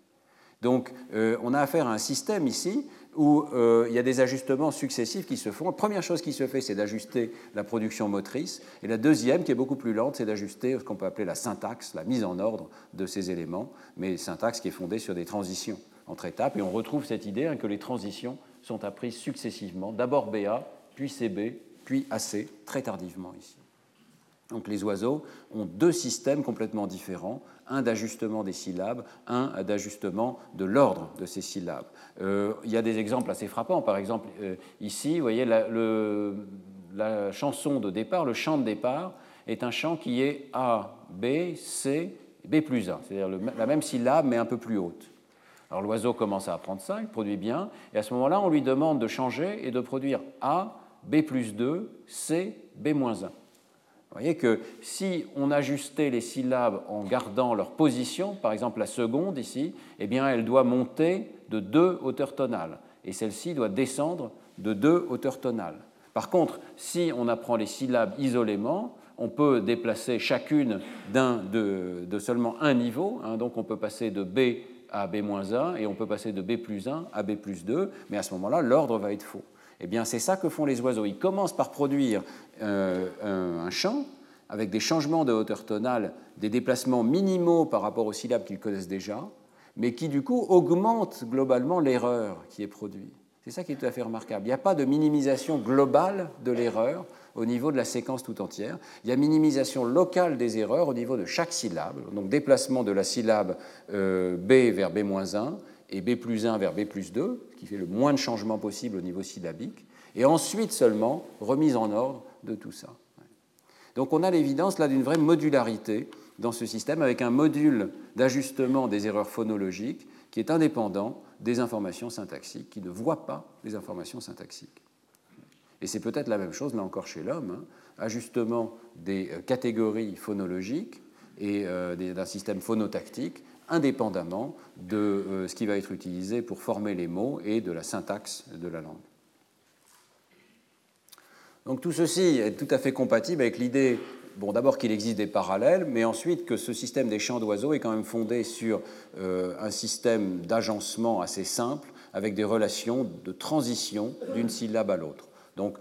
Speaker 2: Donc, euh, on a affaire à un système ici où euh, il y a des ajustements successifs qui se font. La première chose qui se fait, c'est d'ajuster la production motrice. Et la deuxième, qui est beaucoup plus lente, c'est d'ajuster ce qu'on peut appeler la syntaxe, la mise en ordre de ces éléments, mais syntaxe qui est fondée sur des transitions entre étapes. Et on retrouve cette idée hein, que les transitions sont apprises successivement, d'abord B A, puis C B, puis A C, très tardivement ici. Donc les oiseaux ont deux systèmes complètement différents, un d'ajustement des syllabes, un d'ajustement de l'ordre de ces syllabes. Euh, il y a des exemples assez frappants. Par exemple, euh, ici, vous voyez, la, le, la chanson de départ, le chant de départ, est un chant qui est A, B, C, B plus un, c'est-à-dire le, la même syllabe mais un peu plus haute. Alors l'oiseau commence à apprendre ça, il produit bien, et à ce moment-là, on lui demande de changer et de produire A, B plus deux, C, B moins un. Vous voyez que si on ajustait les syllabes en gardant leur position, par exemple la seconde ici, eh bien elle doit monter de deux hauteurs tonales et celle-ci doit descendre de deux hauteurs tonales. Par contre, si on apprend les syllabes isolément, on peut déplacer chacune d'un, de, de seulement un niveau, hein, donc on peut passer de B à B moins un et on peut passer de B plus un à B plus deux, mais à ce moment-là, l'ordre va être faux. Eh bien, c'est ça que font les oiseaux. Ils commencent par produire euh, un, un chant avec des changements de hauteur tonale, des déplacements minimaux par rapport aux syllabes qu'ils connaissent déjà, mais qui, du coup, augmentent globalement l'erreur qui est produite. C'est ça qui est tout à fait remarquable. Il n'y a pas de minimisation globale de l'erreur au niveau de la séquence tout entière. Il y a minimisation locale des erreurs au niveau de chaque syllabe, donc déplacement de la syllabe euh, B vers B moins un, et B plus un vers B plus deux, ce qui fait le moins de changements possible au niveau syllabique, et ensuite seulement remise en ordre de tout ça. Donc on a l'évidence là d'une vraie modularité dans ce système, avec un module d'ajustement des erreurs phonologiques qui est indépendant des informations syntaxiques, qui ne voit pas les informations syntaxiques. Et c'est peut-être la même chose, là encore, chez l'homme, hein, ajustement des catégories phonologiques et euh, d'un système phonotactique, indépendamment de euh, ce qui va être utilisé pour former les mots et de la syntaxe de la langue. Donc tout ceci est tout à fait compatible avec l'idée, bon, d'abord qu'il existe des parallèles, mais ensuite que ce système des chants d'oiseaux est quand même fondé sur euh, un système d'agencement assez simple, avec des relations de transition d'une syllabe à l'autre. Donc,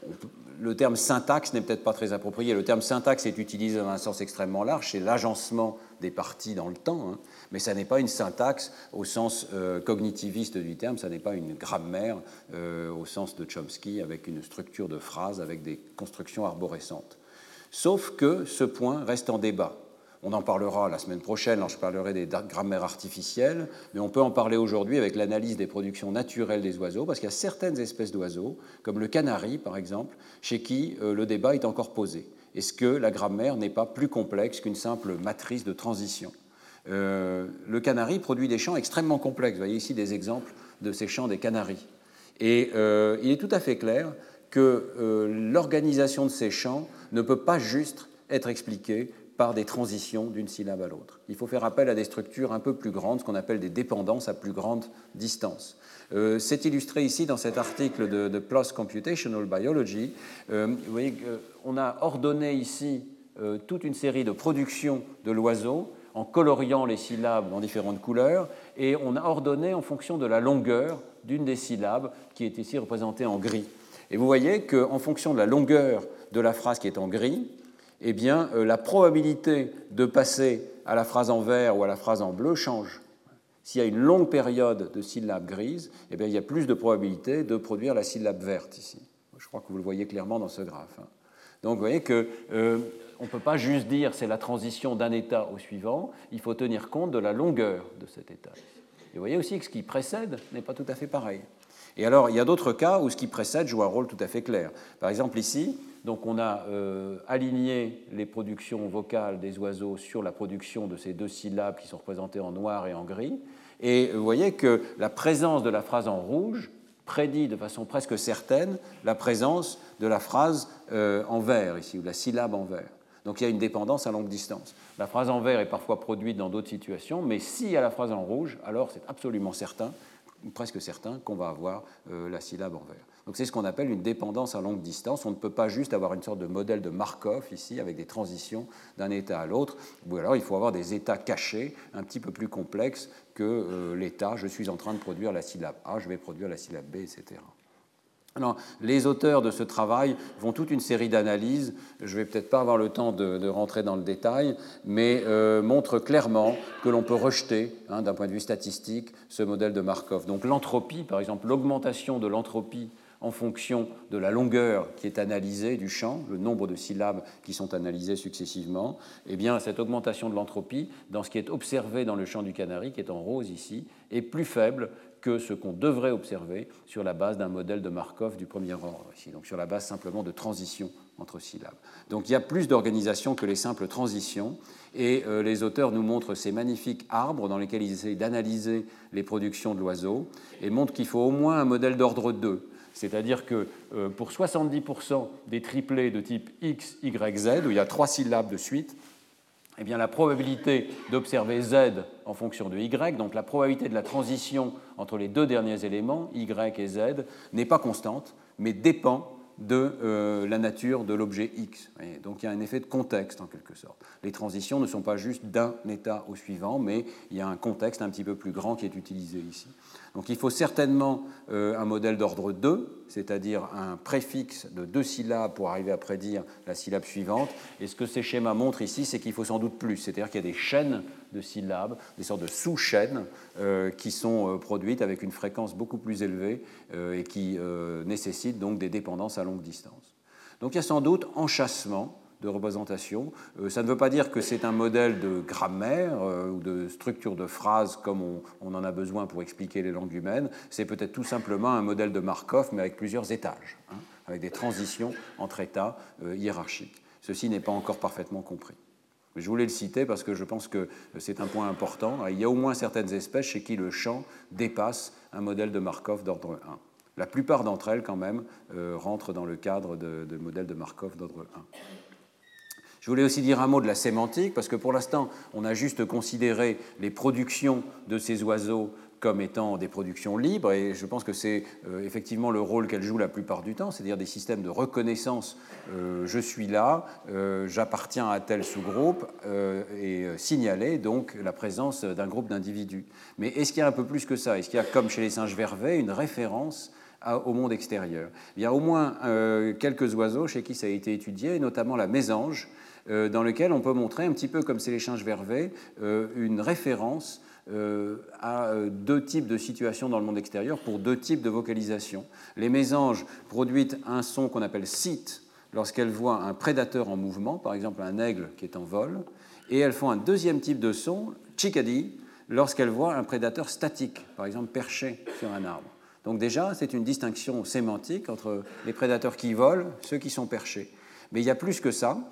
Speaker 2: le terme syntaxe n'est peut-être pas très approprié. Le terme syntaxe est utilisé dans un sens extrêmement large, c'est l'agencement des parties dans le temps, hein, mais ça n'est pas une syntaxe au sens euh, cognitiviste du terme, ça n'est pas une grammaire euh, au sens de Chomsky avec une structure de phrase, avec des constructions arborescentes. Sauf que ce point reste en débat. On en parlera la semaine prochaine, je parlerai des grammaires artificielles, mais on peut en parler aujourd'hui avec l'analyse des productions naturelles des oiseaux, parce qu'il y a certaines espèces d'oiseaux, comme le canari par exemple, chez qui euh, le débat est encore posé. Est-ce que la grammaire n'est pas plus complexe qu'une simple matrice de transition ? euh, Le canari produit des chants extrêmement complexes. Vous voyez ici des exemples de ces chants des canaris. Et euh, il est tout à fait clair que euh, l'organisation de ces chants ne peut pas juste être expliquée par des transitions d'une syllabe à l'autre. Il faut faire appel à des structures un peu plus grandes, ce qu'on appelle des dépendances à plus grande distance. Euh, c'est illustré ici dans cet article de, de PLOS Computational Biology. Euh, vous voyez qu'on a ordonné ici euh, toute une série de productions de l'oiseau en coloriant les syllabes en différentes couleurs, et on a ordonné en fonction de la longueur d'une des syllabes qui est ici représentée en gris. Et vous voyez qu'en fonction de la longueur de la phrase qui est en gris, eh bien, euh, la probabilité de passer à la phrase en vert ou à la phrase en bleu change. S'il y a une longue période de syllabes grises, eh bien, il y a plus de probabilité de produire la syllabe verte ici. Je crois que vous le voyez clairement dans ce graphe. Donc, vous voyez qu'on euh, ne peut pas juste dire c'est la transition d'un état au suivant, il faut tenir compte de la longueur de cet état. Et vous voyez aussi que ce qui précède n'est pas tout à fait pareil. Et alors, il y a d'autres cas où ce qui précède joue un rôle tout à fait clair. Par exemple, ici, donc on a euh, aligné les productions vocales des oiseaux sur la production de ces deux syllabes qui sont représentées en noir et en gris. Et vous voyez que la présence de la phrase en rouge prédit de façon presque certaine la présence de la phrase euh, en vert, ici, ou de la syllabe en vert. Donc il y a une dépendance à longue distance. La phrase en vert est parfois produite dans d'autres situations, mais s'il y a la phrase en rouge, alors c'est absolument certain, presque certain, qu'on va avoir euh, la syllabe en vert. Donc c'est ce qu'on appelle une dépendance à longue distance. On ne peut pas juste avoir une sorte de modèle de Markov ici, avec des transitions d'un état à l'autre, ou alors il faut avoir des états cachés, un petit peu plus complexes que euh, l'état « je suis en train de produire la syllabe A, je vais produire la syllabe B », et cetera. Alors, les auteurs de ce travail font toute une série d'analyses, je ne vais peut-être pas avoir le temps de, de rentrer dans le détail, mais euh, montrent clairement que l'on peut rejeter, hein, d'un point de vue statistique, ce modèle de Markov. Donc l'entropie, par exemple, l'augmentation de l'entropie en fonction de la longueur qui est analysée du chant, le nombre de syllabes qui sont analysées successivement, eh bien, cette augmentation de l'entropie, dans ce qui est observé dans le chant du canari, qui est en rose ici, est plus faible que ce qu'on devrait observer sur la base d'un modèle de Markov du premier ordre, ici, donc sur la base simplement de transitions entre syllabes. Donc il y a plus d'organisation que les simples transitions, et euh, les auteurs nous montrent ces magnifiques arbres dans lesquels ils essayent d'analyser les productions de l'oiseau, et montrent qu'il faut au moins un modèle d'ordre deux. C'est-à-dire que euh, pour soixante-dix pour cent des triplés de type X, Y, Z, où il y a trois syllabes de suite, eh bien, la probabilité d'observer Z en fonction de Y, donc la probabilité de la transition entre les deux derniers éléments, Y et Z, n'est pas constante, mais dépend de euh, la nature de l'objet X. Et donc il y a un effet de contexte en quelque sorte. Les transitions ne sont pas juste d'un état au suivant, mais il y a un contexte un petit peu plus grand qui est utilisé ici. Donc il faut certainement euh, un modèle d'ordre deux, c'est-à-dire un préfixe de deux syllabes pour arriver à prédire la syllabe suivante. Et ce que ces schémas montrent ici, c'est qu'il faut sans doute plus, c'est-à-dire qu'il y a des chaînes de syllabes, des sortes de sous-chaînes euh, qui sont euh, produites avec une fréquence beaucoup plus élevée euh, et qui euh, nécessitent donc des dépendances à longue distance. Donc il y a sans doute enchâssement de représentation. Euh, ça ne veut pas dire que c'est un modèle de grammaire euh, ou de structure de phrase comme on, on en a besoin pour expliquer les langues humaines. C'est peut-être tout simplement un modèle de Markov, mais avec plusieurs étages, hein, avec des transitions entre états euh, hiérarchiques. Ceci n'est pas encore parfaitement compris. Je voulais le citer parce que je pense que c'est un point important. Il y a au moins certaines espèces chez qui le chant dépasse un modèle de Markov d'ordre un. La plupart d'entre elles, quand même, euh, rentrent dans le cadre de, de modèles de Markov d'ordre un. Je voulais aussi dire un mot de la sémantique, parce que pour l'instant, on a juste considéré les productions de ces oiseaux comme étant des productions libres, et je pense que c'est euh, effectivement le rôle qu'elles jouent la plupart du temps, c'est-à-dire des systèmes de reconnaissance, euh, je suis là, euh, j'appartiens à tel sous-groupe, euh, et euh, signaler donc la présence d'un groupe d'individus. Mais est-ce qu'il y a un peu plus que ça? Est-ce qu'il y a, comme chez les singes vervets, une référence à, au monde extérieur? Il y a au moins euh, quelques oiseaux chez qui ça a été étudié, notamment la mésange, euh, dans lequel on peut montrer, un petit peu comme c'est les singes vervets, euh, une référence Euh, à deux types de situations dans le monde extérieur pour deux types de vocalisation. Les mésanges produisent un son qu'on appelle sit lorsqu'elles voient un prédateur en mouvement, par exemple un aigle qui est en vol, et elles font un deuxième type de son, chickadee, lorsqu'elles voient un prédateur statique, par exemple perché sur un arbre. Donc déjà, c'est une distinction sémantique entre les prédateurs qui volent, ceux qui sont perchés. Mais il y a plus que ça,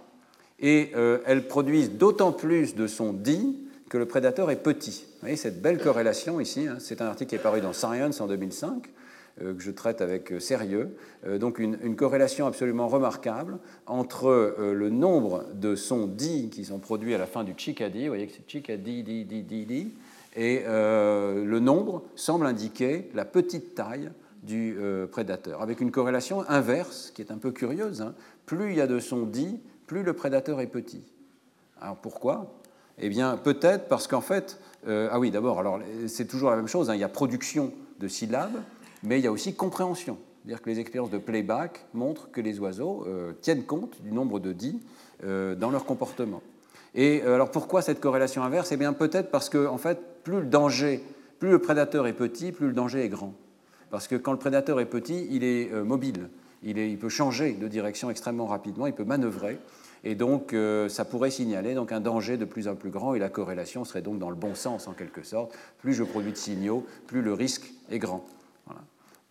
Speaker 2: et euh, elles produisent d'autant plus de sons dits que le prédateur est petit. Vous voyez cette belle corrélation ici, hein, c'est un article qui est paru dans Science en deux mille cinq, euh, que je traite avec euh, sérieux. Euh, donc une, une corrélation absolument remarquable entre euh, le nombre de sons dits qui sont produits à la fin du chickadee, vous voyez que c'est chickadee, di, di, di, di, et euh, le nombre semble indiquer la petite taille du euh, prédateur, avec une corrélation inverse qui est un peu curieuse. Hein. Plus il y a de sons dits, plus le prédateur est petit. Alors pourquoi ? Eh bien, peut-être parce qu'en fait, euh, ah oui, d'abord, alors c'est toujours la même chose, hein, il y a production de syllabes, mais il y a aussi compréhension. C'est-à-dire que les expériences de playback montrent que les oiseaux euh, tiennent compte du nombre de dits euh, dans leur comportement. Et euh, alors pourquoi cette corrélation inverse ? Eh bien, peut-être parce que, en fait, plus le danger, plus le prédateur est petit, plus le danger est grand. Parce que quand le prédateur est petit, il est euh, mobile, il, est, il peut changer de direction extrêmement rapidement, il peut manœuvrer. Et donc, euh, ça pourrait signaler donc, un danger de plus en plus grand, et la corrélation serait donc dans le bon sens, en quelque sorte. Plus je produis de signaux, plus le risque est grand. Voilà.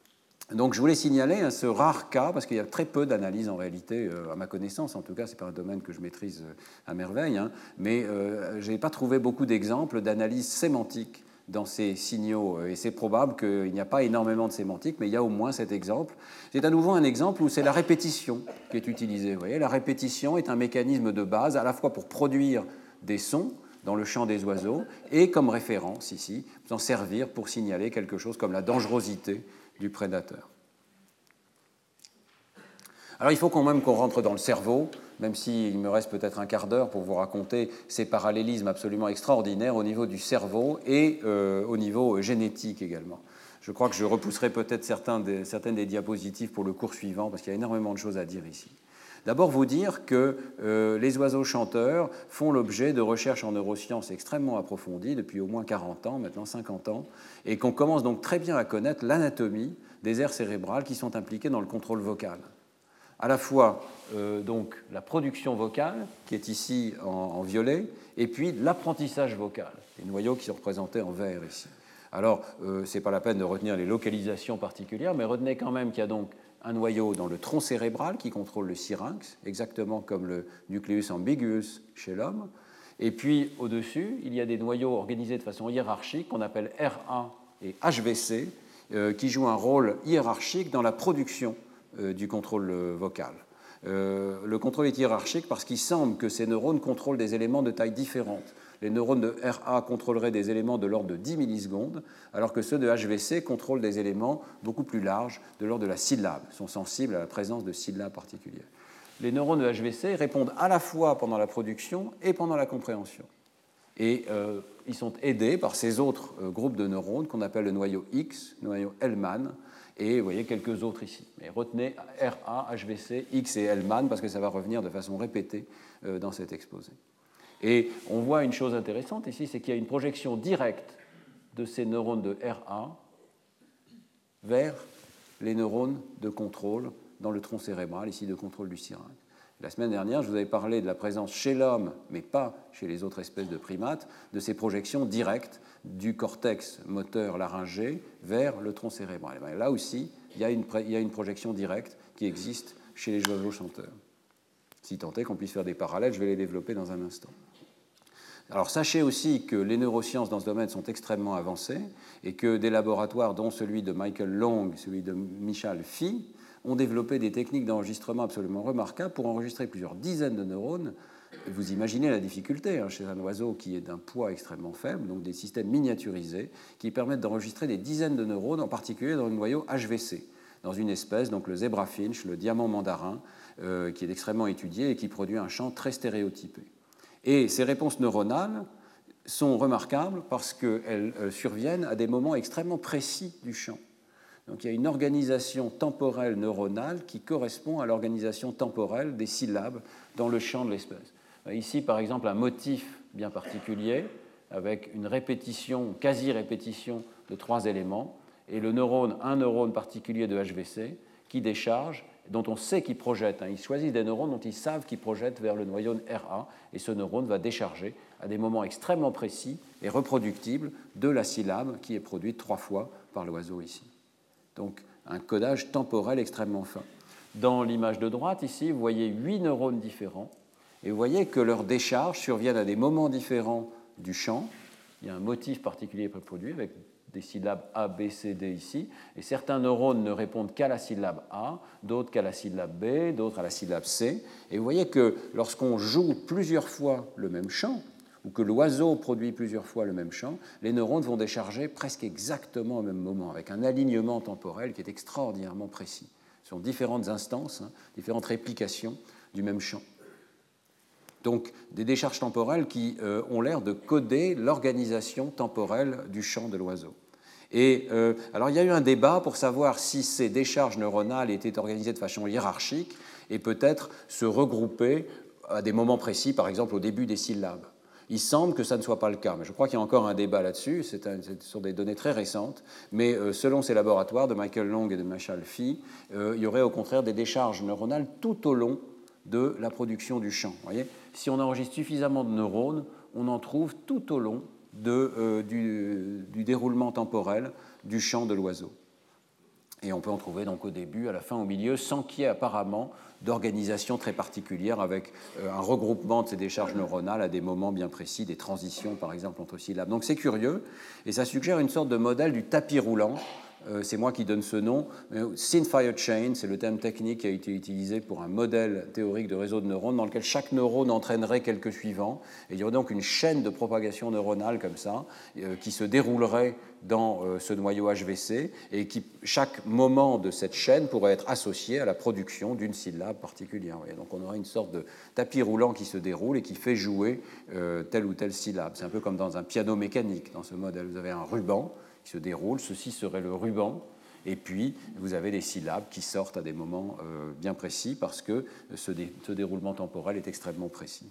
Speaker 2: Donc, je voulais signaler hein, ce rare cas, parce qu'il y a très peu d'analyses en réalité, euh, à ma connaissance, en tout cas, ce n'est pas un domaine que je maîtrise à merveille, hein, mais euh, je n'ai pas trouvé beaucoup d'exemples d'analyse sémantique dans ces signaux, et c'est probable qu'il n'y a pas énormément de sémantique, mais il y a au moins cet exemple. C'est à nouveau un exemple où c'est la répétition qui est utilisée. Vous voyez, la répétition est un mécanisme de base à la fois pour produire des sons dans le chant des oiseaux et comme référence ici, s'en servir pour signaler quelque chose comme la dangerosité du prédateur. Alors il faut quand même qu'on rentre dans le cerveau, même s'il me reste peut-être un quart d'heure pour vous raconter ces parallélismes absolument extraordinaires au niveau du cerveau et euh, au niveau génétique également. Je crois que je repousserai peut-être certains des, certaines des diapositives pour le cours suivant, parce qu'il y a énormément de choses à dire ici. D'abord, vous dire que euh, les oiseaux chanteurs font l'objet de recherches en neurosciences extrêmement approfondies depuis au moins quarante ans, maintenant cinquante ans, et qu'on commence donc très bien à connaître l'anatomie des aires cérébrales qui sont impliquées dans le contrôle vocal. À la fois euh, donc, la production vocale, qui est ici en, en violet, et puis l'apprentissage vocal, les noyaux qui sont représentés en vert ici. Alors, euh, ce n'est pas la peine de retenir les localisations particulières, mais retenez quand même qu'il y a donc un noyau dans le tronc cérébral qui contrôle le syrinx, exactement comme le nucleus ambiguus chez l'homme. Et puis, au-dessus, il y a des noyaux organisés de façon hiérarchique qu'on appelle R A et H V C, euh, qui jouent un rôle hiérarchique dans la production euh, du contrôle vocal. Euh, le contrôle est hiérarchique parce qu'il semble que ces neurones contrôlent des éléments de taille différente. Les neurones de R A contrôleraient des éléments de l'ordre de dix millisecondes, alors que ceux de H V C contrôlent des éléments beaucoup plus larges, de l'ordre de la syllabe, sont sensibles à la présence de syllabes particulières. Les neurones de H V C répondent à la fois pendant la production et pendant la compréhension. Et euh, ils sont aidés par ces autres euh, groupes de neurones qu'on appelle le noyau X, le noyau Hellman, et vous voyez quelques autres ici. Mais retenez R A, H V C, X et Hellman, parce que ça va revenir de façon répétée euh, dans cet exposé. Et on voit une chose intéressante ici, c'est qu'il y a une projection directe de ces neurones de R A vers les neurones de contrôle dans le tronc cérébral, ici de contrôle du syrinx. La semaine dernière, je vous avais parlé de la présence chez l'homme, mais pas chez les autres espèces de primates, de ces projections directes du cortex moteur laryngé vers le tronc cérébral. Et bien, là aussi, il y a une, il y a une projection directe qui existe chez les oiseaux chanteurs. Si tant est qu'on puisse faire des parallèles, je vais les développer dans un instant. Alors sachez aussi que les neurosciences dans ce domaine sont extrêmement avancées et que des laboratoires, dont celui de Michael Long, celui de Michal Phi, ont développé des techniques d'enregistrement absolument remarquables pour enregistrer plusieurs dizaines de neurones Vous imaginez la difficulté hein, chez un oiseau qui est d'un poids extrêmement faible, donc des systèmes miniaturisés qui permettent d'enregistrer des dizaines de neurones, en particulier dans le noyau H V C, dans une espèce, donc le zebra finch, le diamant mandarin, euh, qui est extrêmement étudié et qui produit un champ très stéréotypé. Et ces réponses neuronales sont remarquables parce qu'elles euh, surviennent à des moments extrêmement précis du champ. Donc il y a une organisation temporelle neuronale qui correspond à l'organisation temporelle des syllabes dans le champ de l'espèce. Ici, par exemple, un motif bien particulier avec une répétition, quasi-répétition de trois éléments, et le neurone, un neurone particulier de H V C qui décharge, dont on sait qu'il projette. Hein. Ils choisissent des neurones dont ils savent qu'ils projettent vers le noyau R A, et ce neurone va décharger à des moments extrêmement précis et reproductibles de la syllabe qui est produite trois fois par l'oiseau ici. Donc un codage temporel extrêmement fin. Dans l'image de droite, ici, vous voyez huit neurones différents, et vous voyez que leurs décharges surviennent à des moments différents du champ. Il y a un motif particulier produit avec des syllabes A, B, C, D ici, et certains neurones ne répondent qu'à la syllabe A, d'autres qu'à la syllabe B, d'autres à la syllabe C. Et vous voyez que lorsqu'on joue plusieurs fois le même chant, ou que l'oiseau produit plusieurs fois le même chant, les neurones vont décharger presque exactement au même moment, avec un alignement temporel qui est extraordinairement précis. Ce sont différentes instances, hein, différentes réplications du même chant. Donc des décharges temporelles qui euh, ont l'air de coder l'organisation temporelle du chant de l'oiseau. Et euh, alors il y a eu un débat pour savoir si ces décharges neuronales étaient organisées de façon hiérarchique et peut-être se regrouper à des moments précis, par exemple au début des syllabes. Il semble que ça ne soit pas le cas, mais je crois qu'il y a encore un débat là-dessus, c'est un, ce sont des données très récentes, mais euh, selon ces laboratoires de Michael Long et de Mashal Fee, euh, il y aurait au contraire des décharges neuronales tout au long de la production du chant. Vous voyez, si on enregistre suffisamment de neurones, on en trouve tout au long de, euh, du, du déroulement temporel du chant de l'oiseau. Et on peut en trouver donc au début, à la fin, au milieu, sans qu'il y ait apparemment d'organisation très particulière avec euh, un regroupement de ces décharges neuronales à des moments bien précis, des transitions par exemple entre syllabes. Donc c'est curieux et ça suggère une sorte de modèle du tapis roulant. Euh, c'est moi qui donne ce nom. Synfire chain, c'est le terme technique qui a été utilisé pour un modèle théorique de réseau de neurones dans lequel chaque neurone entraînerait quelques suivants. Et il y aurait donc une chaîne de propagation neuronale comme ça, euh, qui se déroulerait dans euh, ce noyau H V C et qui, chaque moment de cette chaîne pourrait être associé à la production d'une syllabe particulière. Et donc on aurait une sorte de tapis roulant qui se déroule et qui fait jouer euh, telle ou telle syllabe. C'est un peu comme dans un piano mécanique. Dans ce modèle, vous avez un ruban qui se déroule, ceci serait le ruban, et puis vous avez des syllabes qui sortent à des moments euh, bien précis parce que ce, dé, ce déroulement temporel est extrêmement précis.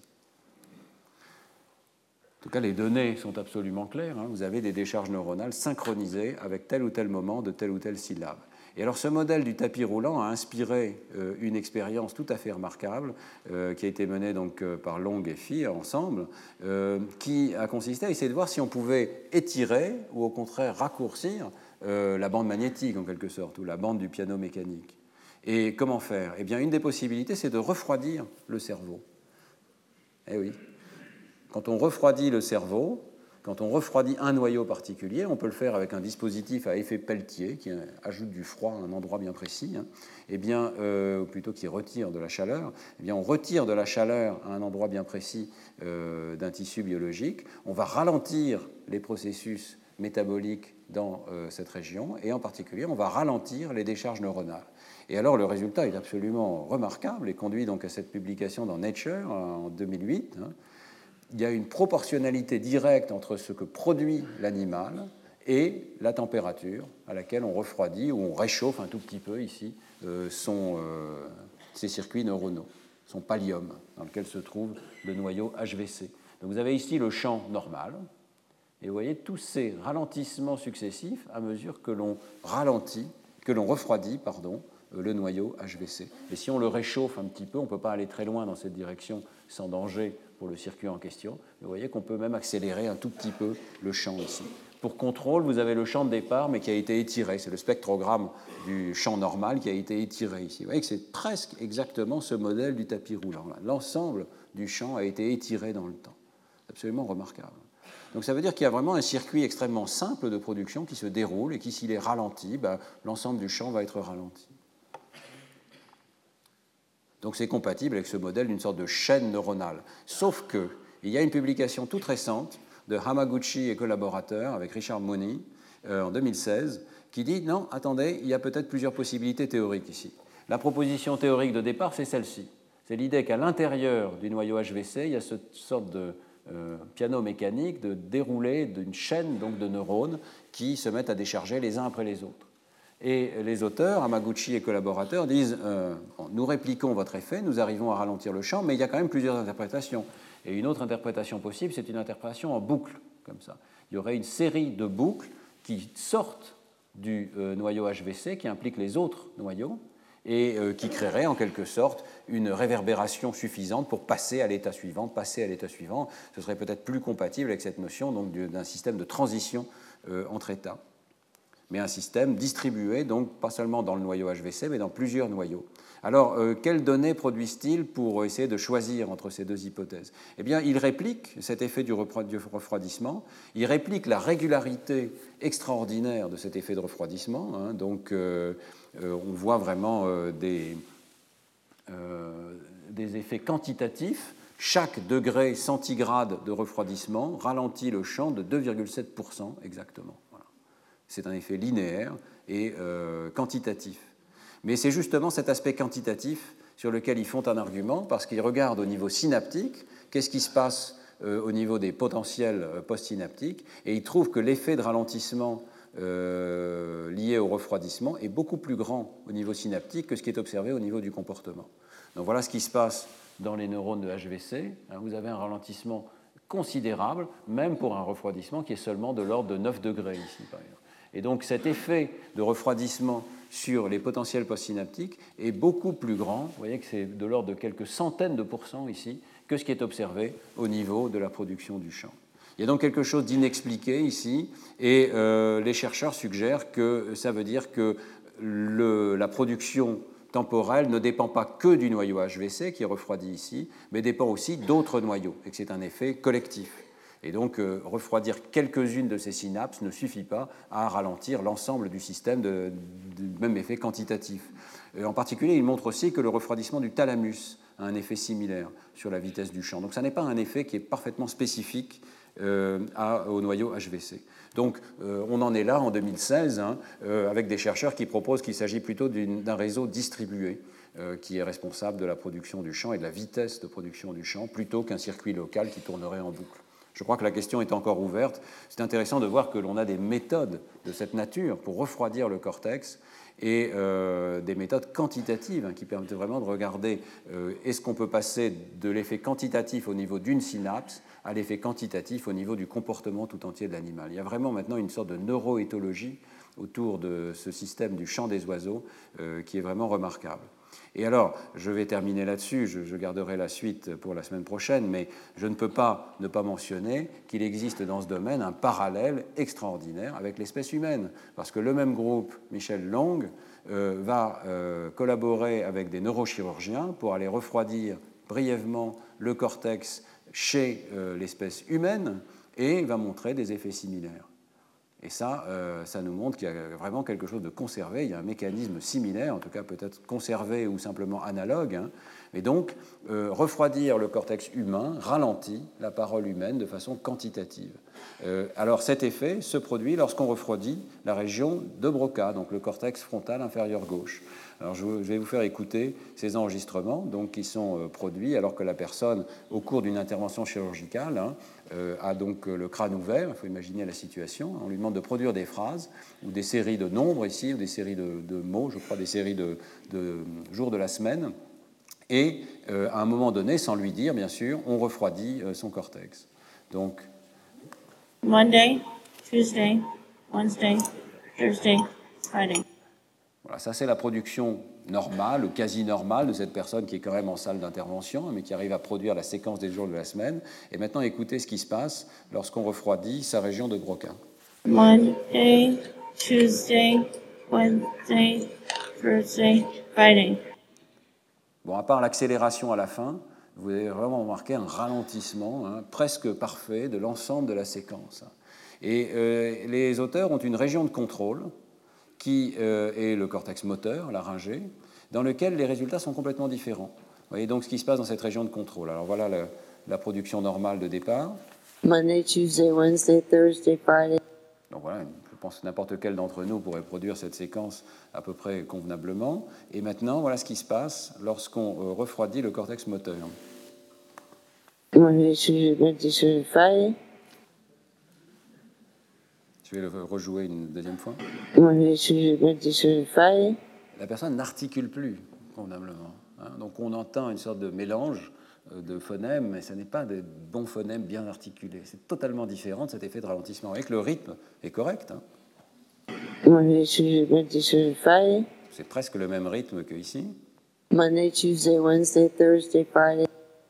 Speaker 2: En tout cas, les données sont absolument claires. Hein. Vous avez des décharges neuronales synchronisées avec tel ou tel moment de telle ou telle syllabe. Et alors ce modèle du tapis roulant a inspiré euh, une expérience tout à fait remarquable euh, qui a été menée donc, euh, par Long et Fee ensemble, euh, qui a consisté à essayer de voir si on pouvait étirer ou au contraire raccourcir euh, la bande magnétique en quelque sorte, ou la bande du piano mécanique. Et comment faire? Eh bien, une des possibilités, c'est de refroidir le cerveau. Eh oui. Quand on refroidit le cerveau, quand on refroidit un noyau particulier, on peut le faire avec un dispositif à effet Peltier qui ajoute du froid à un endroit bien précis, hein, eh bien, euh, ou plutôt qui retire de la chaleur. Eh bien, on retire de la chaleur à un endroit bien précis euh, d'un tissu biologique. On va ralentir les processus métaboliques dans euh, cette région et en particulier, on va ralentir les décharges neuronales. Et alors, le résultat est absolument remarquable et conduit donc à cette publication dans Nature en deux mille huit. Hein. Il y a une proportionnalité directe entre ce que produit l'animal et la température à laquelle on refroidit ou on réchauffe un tout petit peu ici euh, son, euh, ses circuits neuronaux, son pallium dans lequel se trouve le noyau H V C. Donc vous avez ici le champ normal et vous voyez tous ces ralentissements successifs à mesure que l'on ralentit, que l'on refroidit, pardon, le noyau H V C. Et si on le réchauffe un petit peu, on ne peut pas aller très loin dans cette direction sans danger pour le circuit en question. Vous voyez qu'on peut même accélérer un tout petit peu le champ ici. Pour contrôle, vous avez le champ de départ, mais qui a été étiré. C'est le spectrogramme du champ normal qui a été étiré ici. Vous voyez que c'est presque exactement ce modèle du tapis roulant. L'ensemble du champ a été étiré dans le temps. C'est absolument remarquable. Donc ça veut dire qu'il y a vraiment un circuit extrêmement simple de production qui se déroule et qui, s'il est ralenti, ben, l'ensemble du champ va être ralenti. Donc c'est compatible avec ce modèle d'une sorte de chaîne neuronale. Sauf qu'il y a une publication toute récente de Hamaguchi et collaborateurs avec Richard Mooney euh, en deux mille seize qui dit non, attendez, il y a peut-être plusieurs possibilités théoriques ici. La proposition théorique de départ, c'est celle-ci. C'est l'idée qu'à l'intérieur du noyau H V C, il y a cette sorte de euh, piano mécanique de déroulé d'une chaîne donc, de neurones qui se mettent à décharger les uns après les autres. Et les auteurs, Hamaguchi et collaborateurs, disent euh, bon, nous répliquons votre effet, nous arrivons à ralentir le champ, mais il y a quand même plusieurs interprétations. Et une autre interprétation possible, c'est une interprétation en boucle, comme ça. Il y aurait une série de boucles qui sortent du euh, noyau H V C, qui impliquent les autres noyaux, et euh, qui créerait en quelque sorte une réverbération suffisante pour passer à l'état suivant, passer à l'état suivant. Ce serait peut-être plus compatible avec cette notion donc, d'un système de transition euh, entre états, mais un système distribué, donc pas seulement dans le noyau H V C, mais dans plusieurs noyaux. Alors, euh, quelles données produisent-ils pour essayer de choisir entre ces deux hypothèses? Eh bien, ils répliquent cet effet du refroidissement, ils répliquent la régularité extraordinaire de cet effet de refroidissement. Hein, donc, euh, euh, on voit vraiment euh, des, euh, des effets quantitatifs. Chaque degré centigrade de refroidissement ralentit le champ de deux virgule sept pour cent exactement. Voilà. C'est un effet linéaire et euh, quantitatif. Mais c'est justement cet aspect quantitatif sur lequel ils font un argument, parce qu'ils regardent au niveau synaptique, qu'est-ce qui se passe euh, au niveau des potentiels euh, postsynaptiques, et ils trouvent que l'effet de ralentissement euh, lié au refroidissement est beaucoup plus grand au niveau synaptique que ce qui est observé au niveau du comportement. Donc voilà ce qui se passe dans les neurones de H V C. Vous avez un ralentissement considérable, même pour un refroidissement qui est seulement de l'ordre de neuf degrés ici, par exemple. Et donc cet effet de refroidissement sur les potentiels postsynaptiques est beaucoup plus grand, vous voyez que c'est de l'ordre de quelques centaines de pourcents ici, que ce qui est observé au niveau de la production du champ. Il y a donc quelque chose d'inexpliqué ici, et euh, les chercheurs suggèrent que ça veut dire que le, la production temporelle ne dépend pas que du noyau H V C qui est refroidi ici, mais dépend aussi d'autres noyaux, et que c'est un effet collectif. Et donc, euh, refroidir quelques-unes de ces synapses ne suffit pas à ralentir l'ensemble du système de, de même effet quantitatif. Et en particulier, il montre aussi que le refroidissement du thalamus a un effet similaire sur la vitesse du champ. Donc, ça n'est pas un effet qui est parfaitement spécifique euh, à, au noyau H V C. Donc, euh, on en est là en deux mille seize, hein, euh, avec des chercheurs qui proposent qu'il s'agit plutôt d'un réseau distribué euh, qui est responsable de la production du champ et de la vitesse de production du champ, plutôt qu'un circuit local qui tournerait en boucle. Je crois que la question est encore ouverte. C'est intéressant de voir que l'on a des méthodes de cette nature pour refroidir le cortex et euh, des méthodes quantitatives hein, qui permettent vraiment de regarder euh, est-ce qu'on peut passer de l'effet quantitatif au niveau d'une synapse à l'effet quantitatif au niveau du comportement tout entier de l'animal. Il y a vraiment maintenant une sorte de neuroéthologie autour de ce système du chant des oiseaux euh, qui est vraiment remarquable. Et alors, je vais terminer là-dessus, je, je garderai la suite pour la semaine prochaine, mais je ne peux pas ne pas mentionner qu'il existe dans ce domaine un parallèle extraordinaire avec l'espèce humaine, parce que le même groupe, Michel Long, euh, va euh, collaborer avec des neurochirurgiens pour aller refroidir brièvement le cortex chez euh, l'espèce humaine et va montrer des effets similaires. Et ça, euh, ça nous montre qu'il y a vraiment quelque chose de conservé, il y a un mécanisme similaire, en tout cas peut-être conservé ou simplement analogue. Hein. Et donc, euh, refroidir le cortex humain ralentit la parole humaine de façon quantitative. Euh, alors cet effet se produit lorsqu'on refroidit la région de Broca, donc le cortex frontal inférieur gauche. Alors je vais vous faire écouter ces enregistrements donc, qui sont euh, produits alors que la personne, au cours d'une intervention chirurgicale, hein, euh, a donc le crâne ouvert. Il faut imaginer la situation. On lui demande de produire des phrases ou des séries de nombres ici, ou des séries de, de mots, je crois des séries de, de jours de la semaine. Et euh, à un moment donné, sans lui dire, bien sûr, on refroidit euh, son cortex. Donc,
Speaker 3: Monday, Tuesday, Wednesday, Thursday, Friday.
Speaker 2: Voilà, ça c'est la production normale ou quasi normale de cette personne qui est quand même en salle d'intervention, mais qui arrive à produire la séquence des jours de la semaine. Et maintenant, écoutez ce qui se passe lorsqu'on refroidit sa région de Broca.
Speaker 3: Monday, Tuesday, Wednesday, Thursday, Friday.
Speaker 2: Bon, à part l'accélération à la fin, vous avez vraiment remarqué un ralentissement hein, presque parfait de l'ensemble de la séquence. Et euh, les auteurs ont une région de contrôle qui euh, est le cortex moteur, laryngé, dans lequel les résultats sont complètement différents. Vous voyez donc ce qui se passe dans cette région de contrôle. Alors voilà le, la production normale de départ.
Speaker 4: Monday, Tuesday, Wednesday, Thursday, Friday.
Speaker 2: Donc voilà, je pense que n'importe quel d'entre nous pourrait produire cette séquence à peu près convenablement. Et maintenant, voilà ce qui se passe lorsqu'on euh, refroidit le cortex moteur.
Speaker 4: Monday, Tuesday, Wednesday, Thursday, Friday.
Speaker 2: Je vais le rejouer une deuxième fois.
Speaker 4: Monday, Tuesday, Wednesday, Thursday, Friday.
Speaker 2: La personne n'articule plus convenablement. Hein. Donc on entend une sorte de mélange de phonèmes, mais ce n'est pas des bons phonèmes bien articulés. C'est totalement différent de cet effet de ralentissement. Avec le rythme est correct. Hein.
Speaker 4: Monday, Tuesday, Wednesday, Thursday, Friday.
Speaker 2: C'est presque le même rythme qu'ici.
Speaker 4: Monday, Tuesday, Wednesday, Thursday, Friday.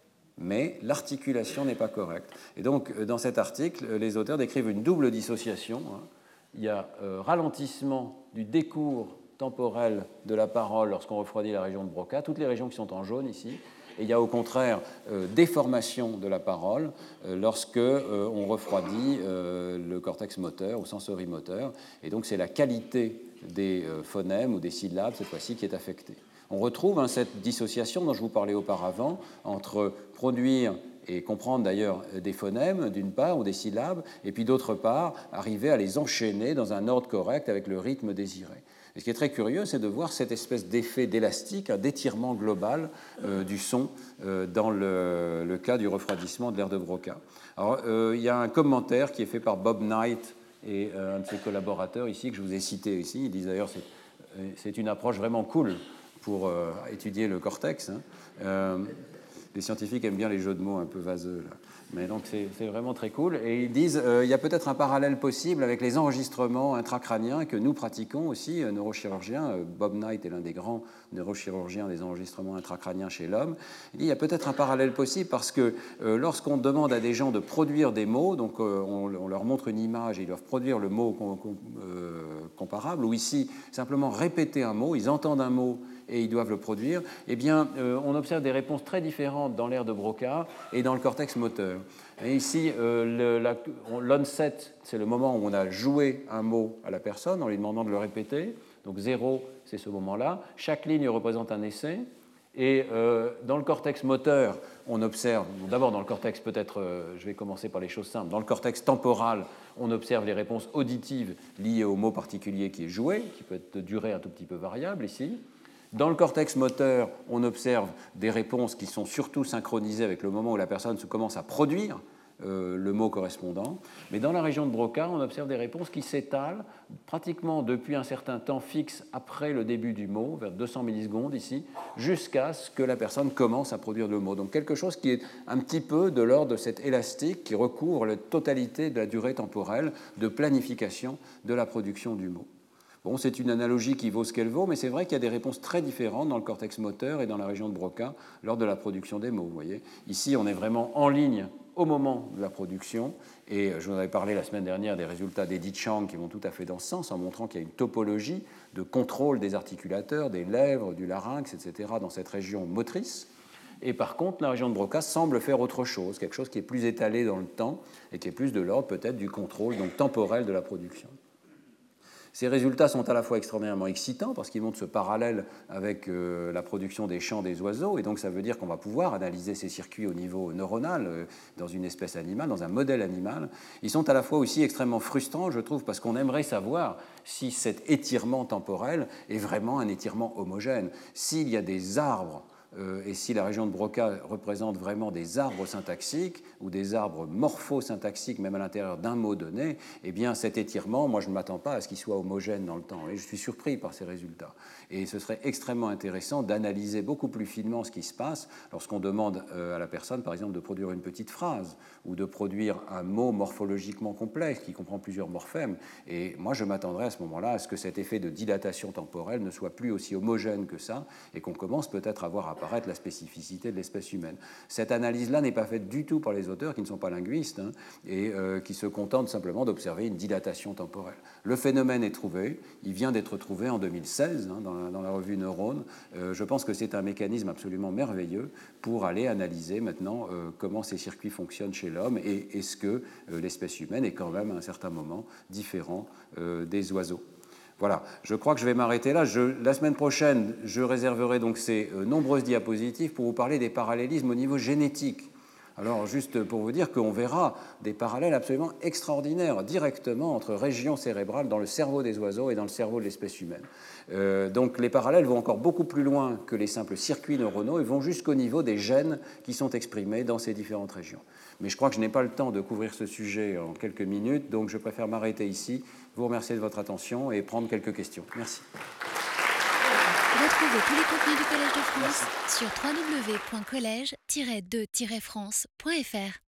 Speaker 2: Mais l'articulation n'est pas correcte. Et donc, dans cet article, les auteurs décrivent une double dissociation. Hein. Il y a euh, ralentissement du décours temporel de la parole lorsqu'on refroidit la région de Broca, toutes les régions qui sont en jaune ici. Et il y a au contraire euh, déformation de la parole euh, lorsque euh, on refroidit euh, le cortex moteur ou sensorimoteur. Et donc c'est la qualité des euh, phonèmes ou des syllabes cette fois-ci qui est affectée. On retrouve hein, cette dissociation dont je vous parlais auparavant entre produire et comprendre d'ailleurs des phonèmes d'une part ou des syllabes et puis d'autre part arriver à les enchaîner dans un ordre correct avec le rythme désiré. Et ce qui est très curieux, c'est de voir cette espèce d'effet d'élastique, d'étirement global euh, du son euh, dans le, le cas du refroidissement de l'air de Broca. Alors, euh, il y a un commentaire qui est fait par Bob Knight et euh, un de ses collaborateurs ici, que je vous ai cité ici. Ils disent d'ailleurs que c'est, c'est une approche vraiment cool pour euh, étudier le cortex. Hein. Euh, les scientifiques aiment bien les jeux de mots un peu vaseux, là. Mais donc c'est, c'est vraiment très cool. Et ils disent qu'il euh, y a peut-être un parallèle possible avec les enregistrements intracrâniens que nous pratiquons aussi, euh, neurochirurgiens. Euh, Bob Knight est l'un des grands neurochirurgiens des enregistrements intracrâniens chez l'homme. Il dit qu'il y a peut-être un parallèle possible parce que euh, lorsqu'on demande à des gens de produire des mots, donc euh, on, on leur montre une image et ils doivent produire le mot com- com- euh, comparable, ou ici simplement répéter un mot, ils entendent un mot et ils doivent le produire, eh bien, euh, on observe des réponses très différentes dans l'aire de Broca et dans le cortex moteur. Et ici, euh, le, la, on, l'onset, c'est le moment où on a joué un mot à la personne en lui demandant de le répéter. Donc zéro, c'est ce moment-là. Chaque ligne représente un essai. Et euh, dans le cortex moteur, on observe, d'abord dans le cortex peut-être, euh, je vais commencer par les choses simples, dans le cortex temporal, on observe les réponses auditives liées au mot particulier qui est joué, qui peut être de durée un tout petit peu variable ici. Dans le cortex moteur, on observe des réponses qui sont surtout synchronisées avec le moment où la personne se commence à produire euh, le mot correspondant. Mais dans la région de Broca, on observe des réponses qui s'étalent pratiquement depuis un certain temps fixe après le début du mot, vers deux cents millisecondes ici, jusqu'à ce que la personne commence à produire le mot. Donc quelque chose qui est un petit peu de l'ordre de cet élastique qui recouvre la totalité de la durée temporelle de planification de la production du mot. Bon, c'est une analogie qui vaut ce qu'elle vaut, mais c'est vrai qu'il y a des réponses très différentes dans le cortex moteur et dans la région de Broca lors de la production des mots. Vous voyez. Ici, on est vraiment en ligne au moment de la production, et je vous en avais parlé la semaine dernière des résultats d'Edith Chang qui vont tout à fait dans ce sens, en montrant qu'il y a une topologie de contrôle des articulateurs, des lèvres, du larynx, et cetera, dans cette région motrice. Et par contre, la région de Broca semble faire autre chose, quelque chose qui est plus étalé dans le temps et qui est plus de l'ordre peut-être du contrôle donc temporel de la production. Ces résultats sont à la fois extraordinairement excitants parce qu'ils montrent ce parallèle avec euh, la production des chants des oiseaux, et donc ça veut dire qu'on va pouvoir analyser ces circuits au niveau neuronal euh, dans une espèce animale, dans un modèle animal. Ils sont à la fois aussi extrêmement frustrants, je trouve, parce qu'on aimerait savoir si cet étirement temporel est vraiment un étirement homogène. S'il y a des arbres Euh, et si la région de Broca représente vraiment des arbres syntaxiques ou des arbres morphosyntaxiques, même à l'intérieur d'un mot donné, eh bien cet étirement, moi je ne m'attends pas à ce qu'il soit homogène dans le temps. Et je suis surpris par ces résultats. Et ce serait extrêmement intéressant d'analyser beaucoup plus finement ce qui se passe lorsqu'on demande à la personne, par exemple, de produire une petite phrase ou de produire un mot morphologiquement complexe qui comprend plusieurs morphèmes. Et moi je m'attendrais à ce moment-là à ce que cet effet de dilatation temporelle ne soit plus aussi homogène que ça et qu'on commence peut-être à voir apparaître la spécificité de l'espèce humaine. Cette analyse-là n'est pas faite du tout par les auteurs qui ne sont pas linguistes hein, et euh, qui se contentent simplement d'observer une dilatation temporelle. Le phénomène est trouvé, il vient d'être trouvé en deux mille seize hein, dans, la, dans la revue Neurone. Euh, je pense que c'est un mécanisme absolument merveilleux pour aller analyser maintenant euh, comment ces circuits fonctionnent chez l'homme et est-ce que euh, l'espèce humaine est quand même à un certain moment différent euh, des oiseaux. Voilà, je crois que je vais m'arrêter là. Je, la semaine prochaine, je réserverai donc ces euh, nombreuses diapositives pour vous parler des parallélismes au niveau génétique. Alors, juste pour vous dire qu'on verra des parallèles absolument extraordinaires directement entre régions cérébrales dans le cerveau des oiseaux et dans le cerveau de l'espèce humaine. Euh, donc, les parallèles vont encore beaucoup plus loin que les simples circuits neuronaux et vont jusqu'au niveau des gènes qui sont exprimés dans ces différentes régions. Mais je crois que je n'ai pas le temps de couvrir ce sujet en quelques minutes, donc je préfère m'arrêter ici, vous remercier de votre attention et prendre quelques questions. Merci.
Speaker 1: Retrouvez tous les contenus du Collège de France sur w w w point collège tiret de tiret france point f r.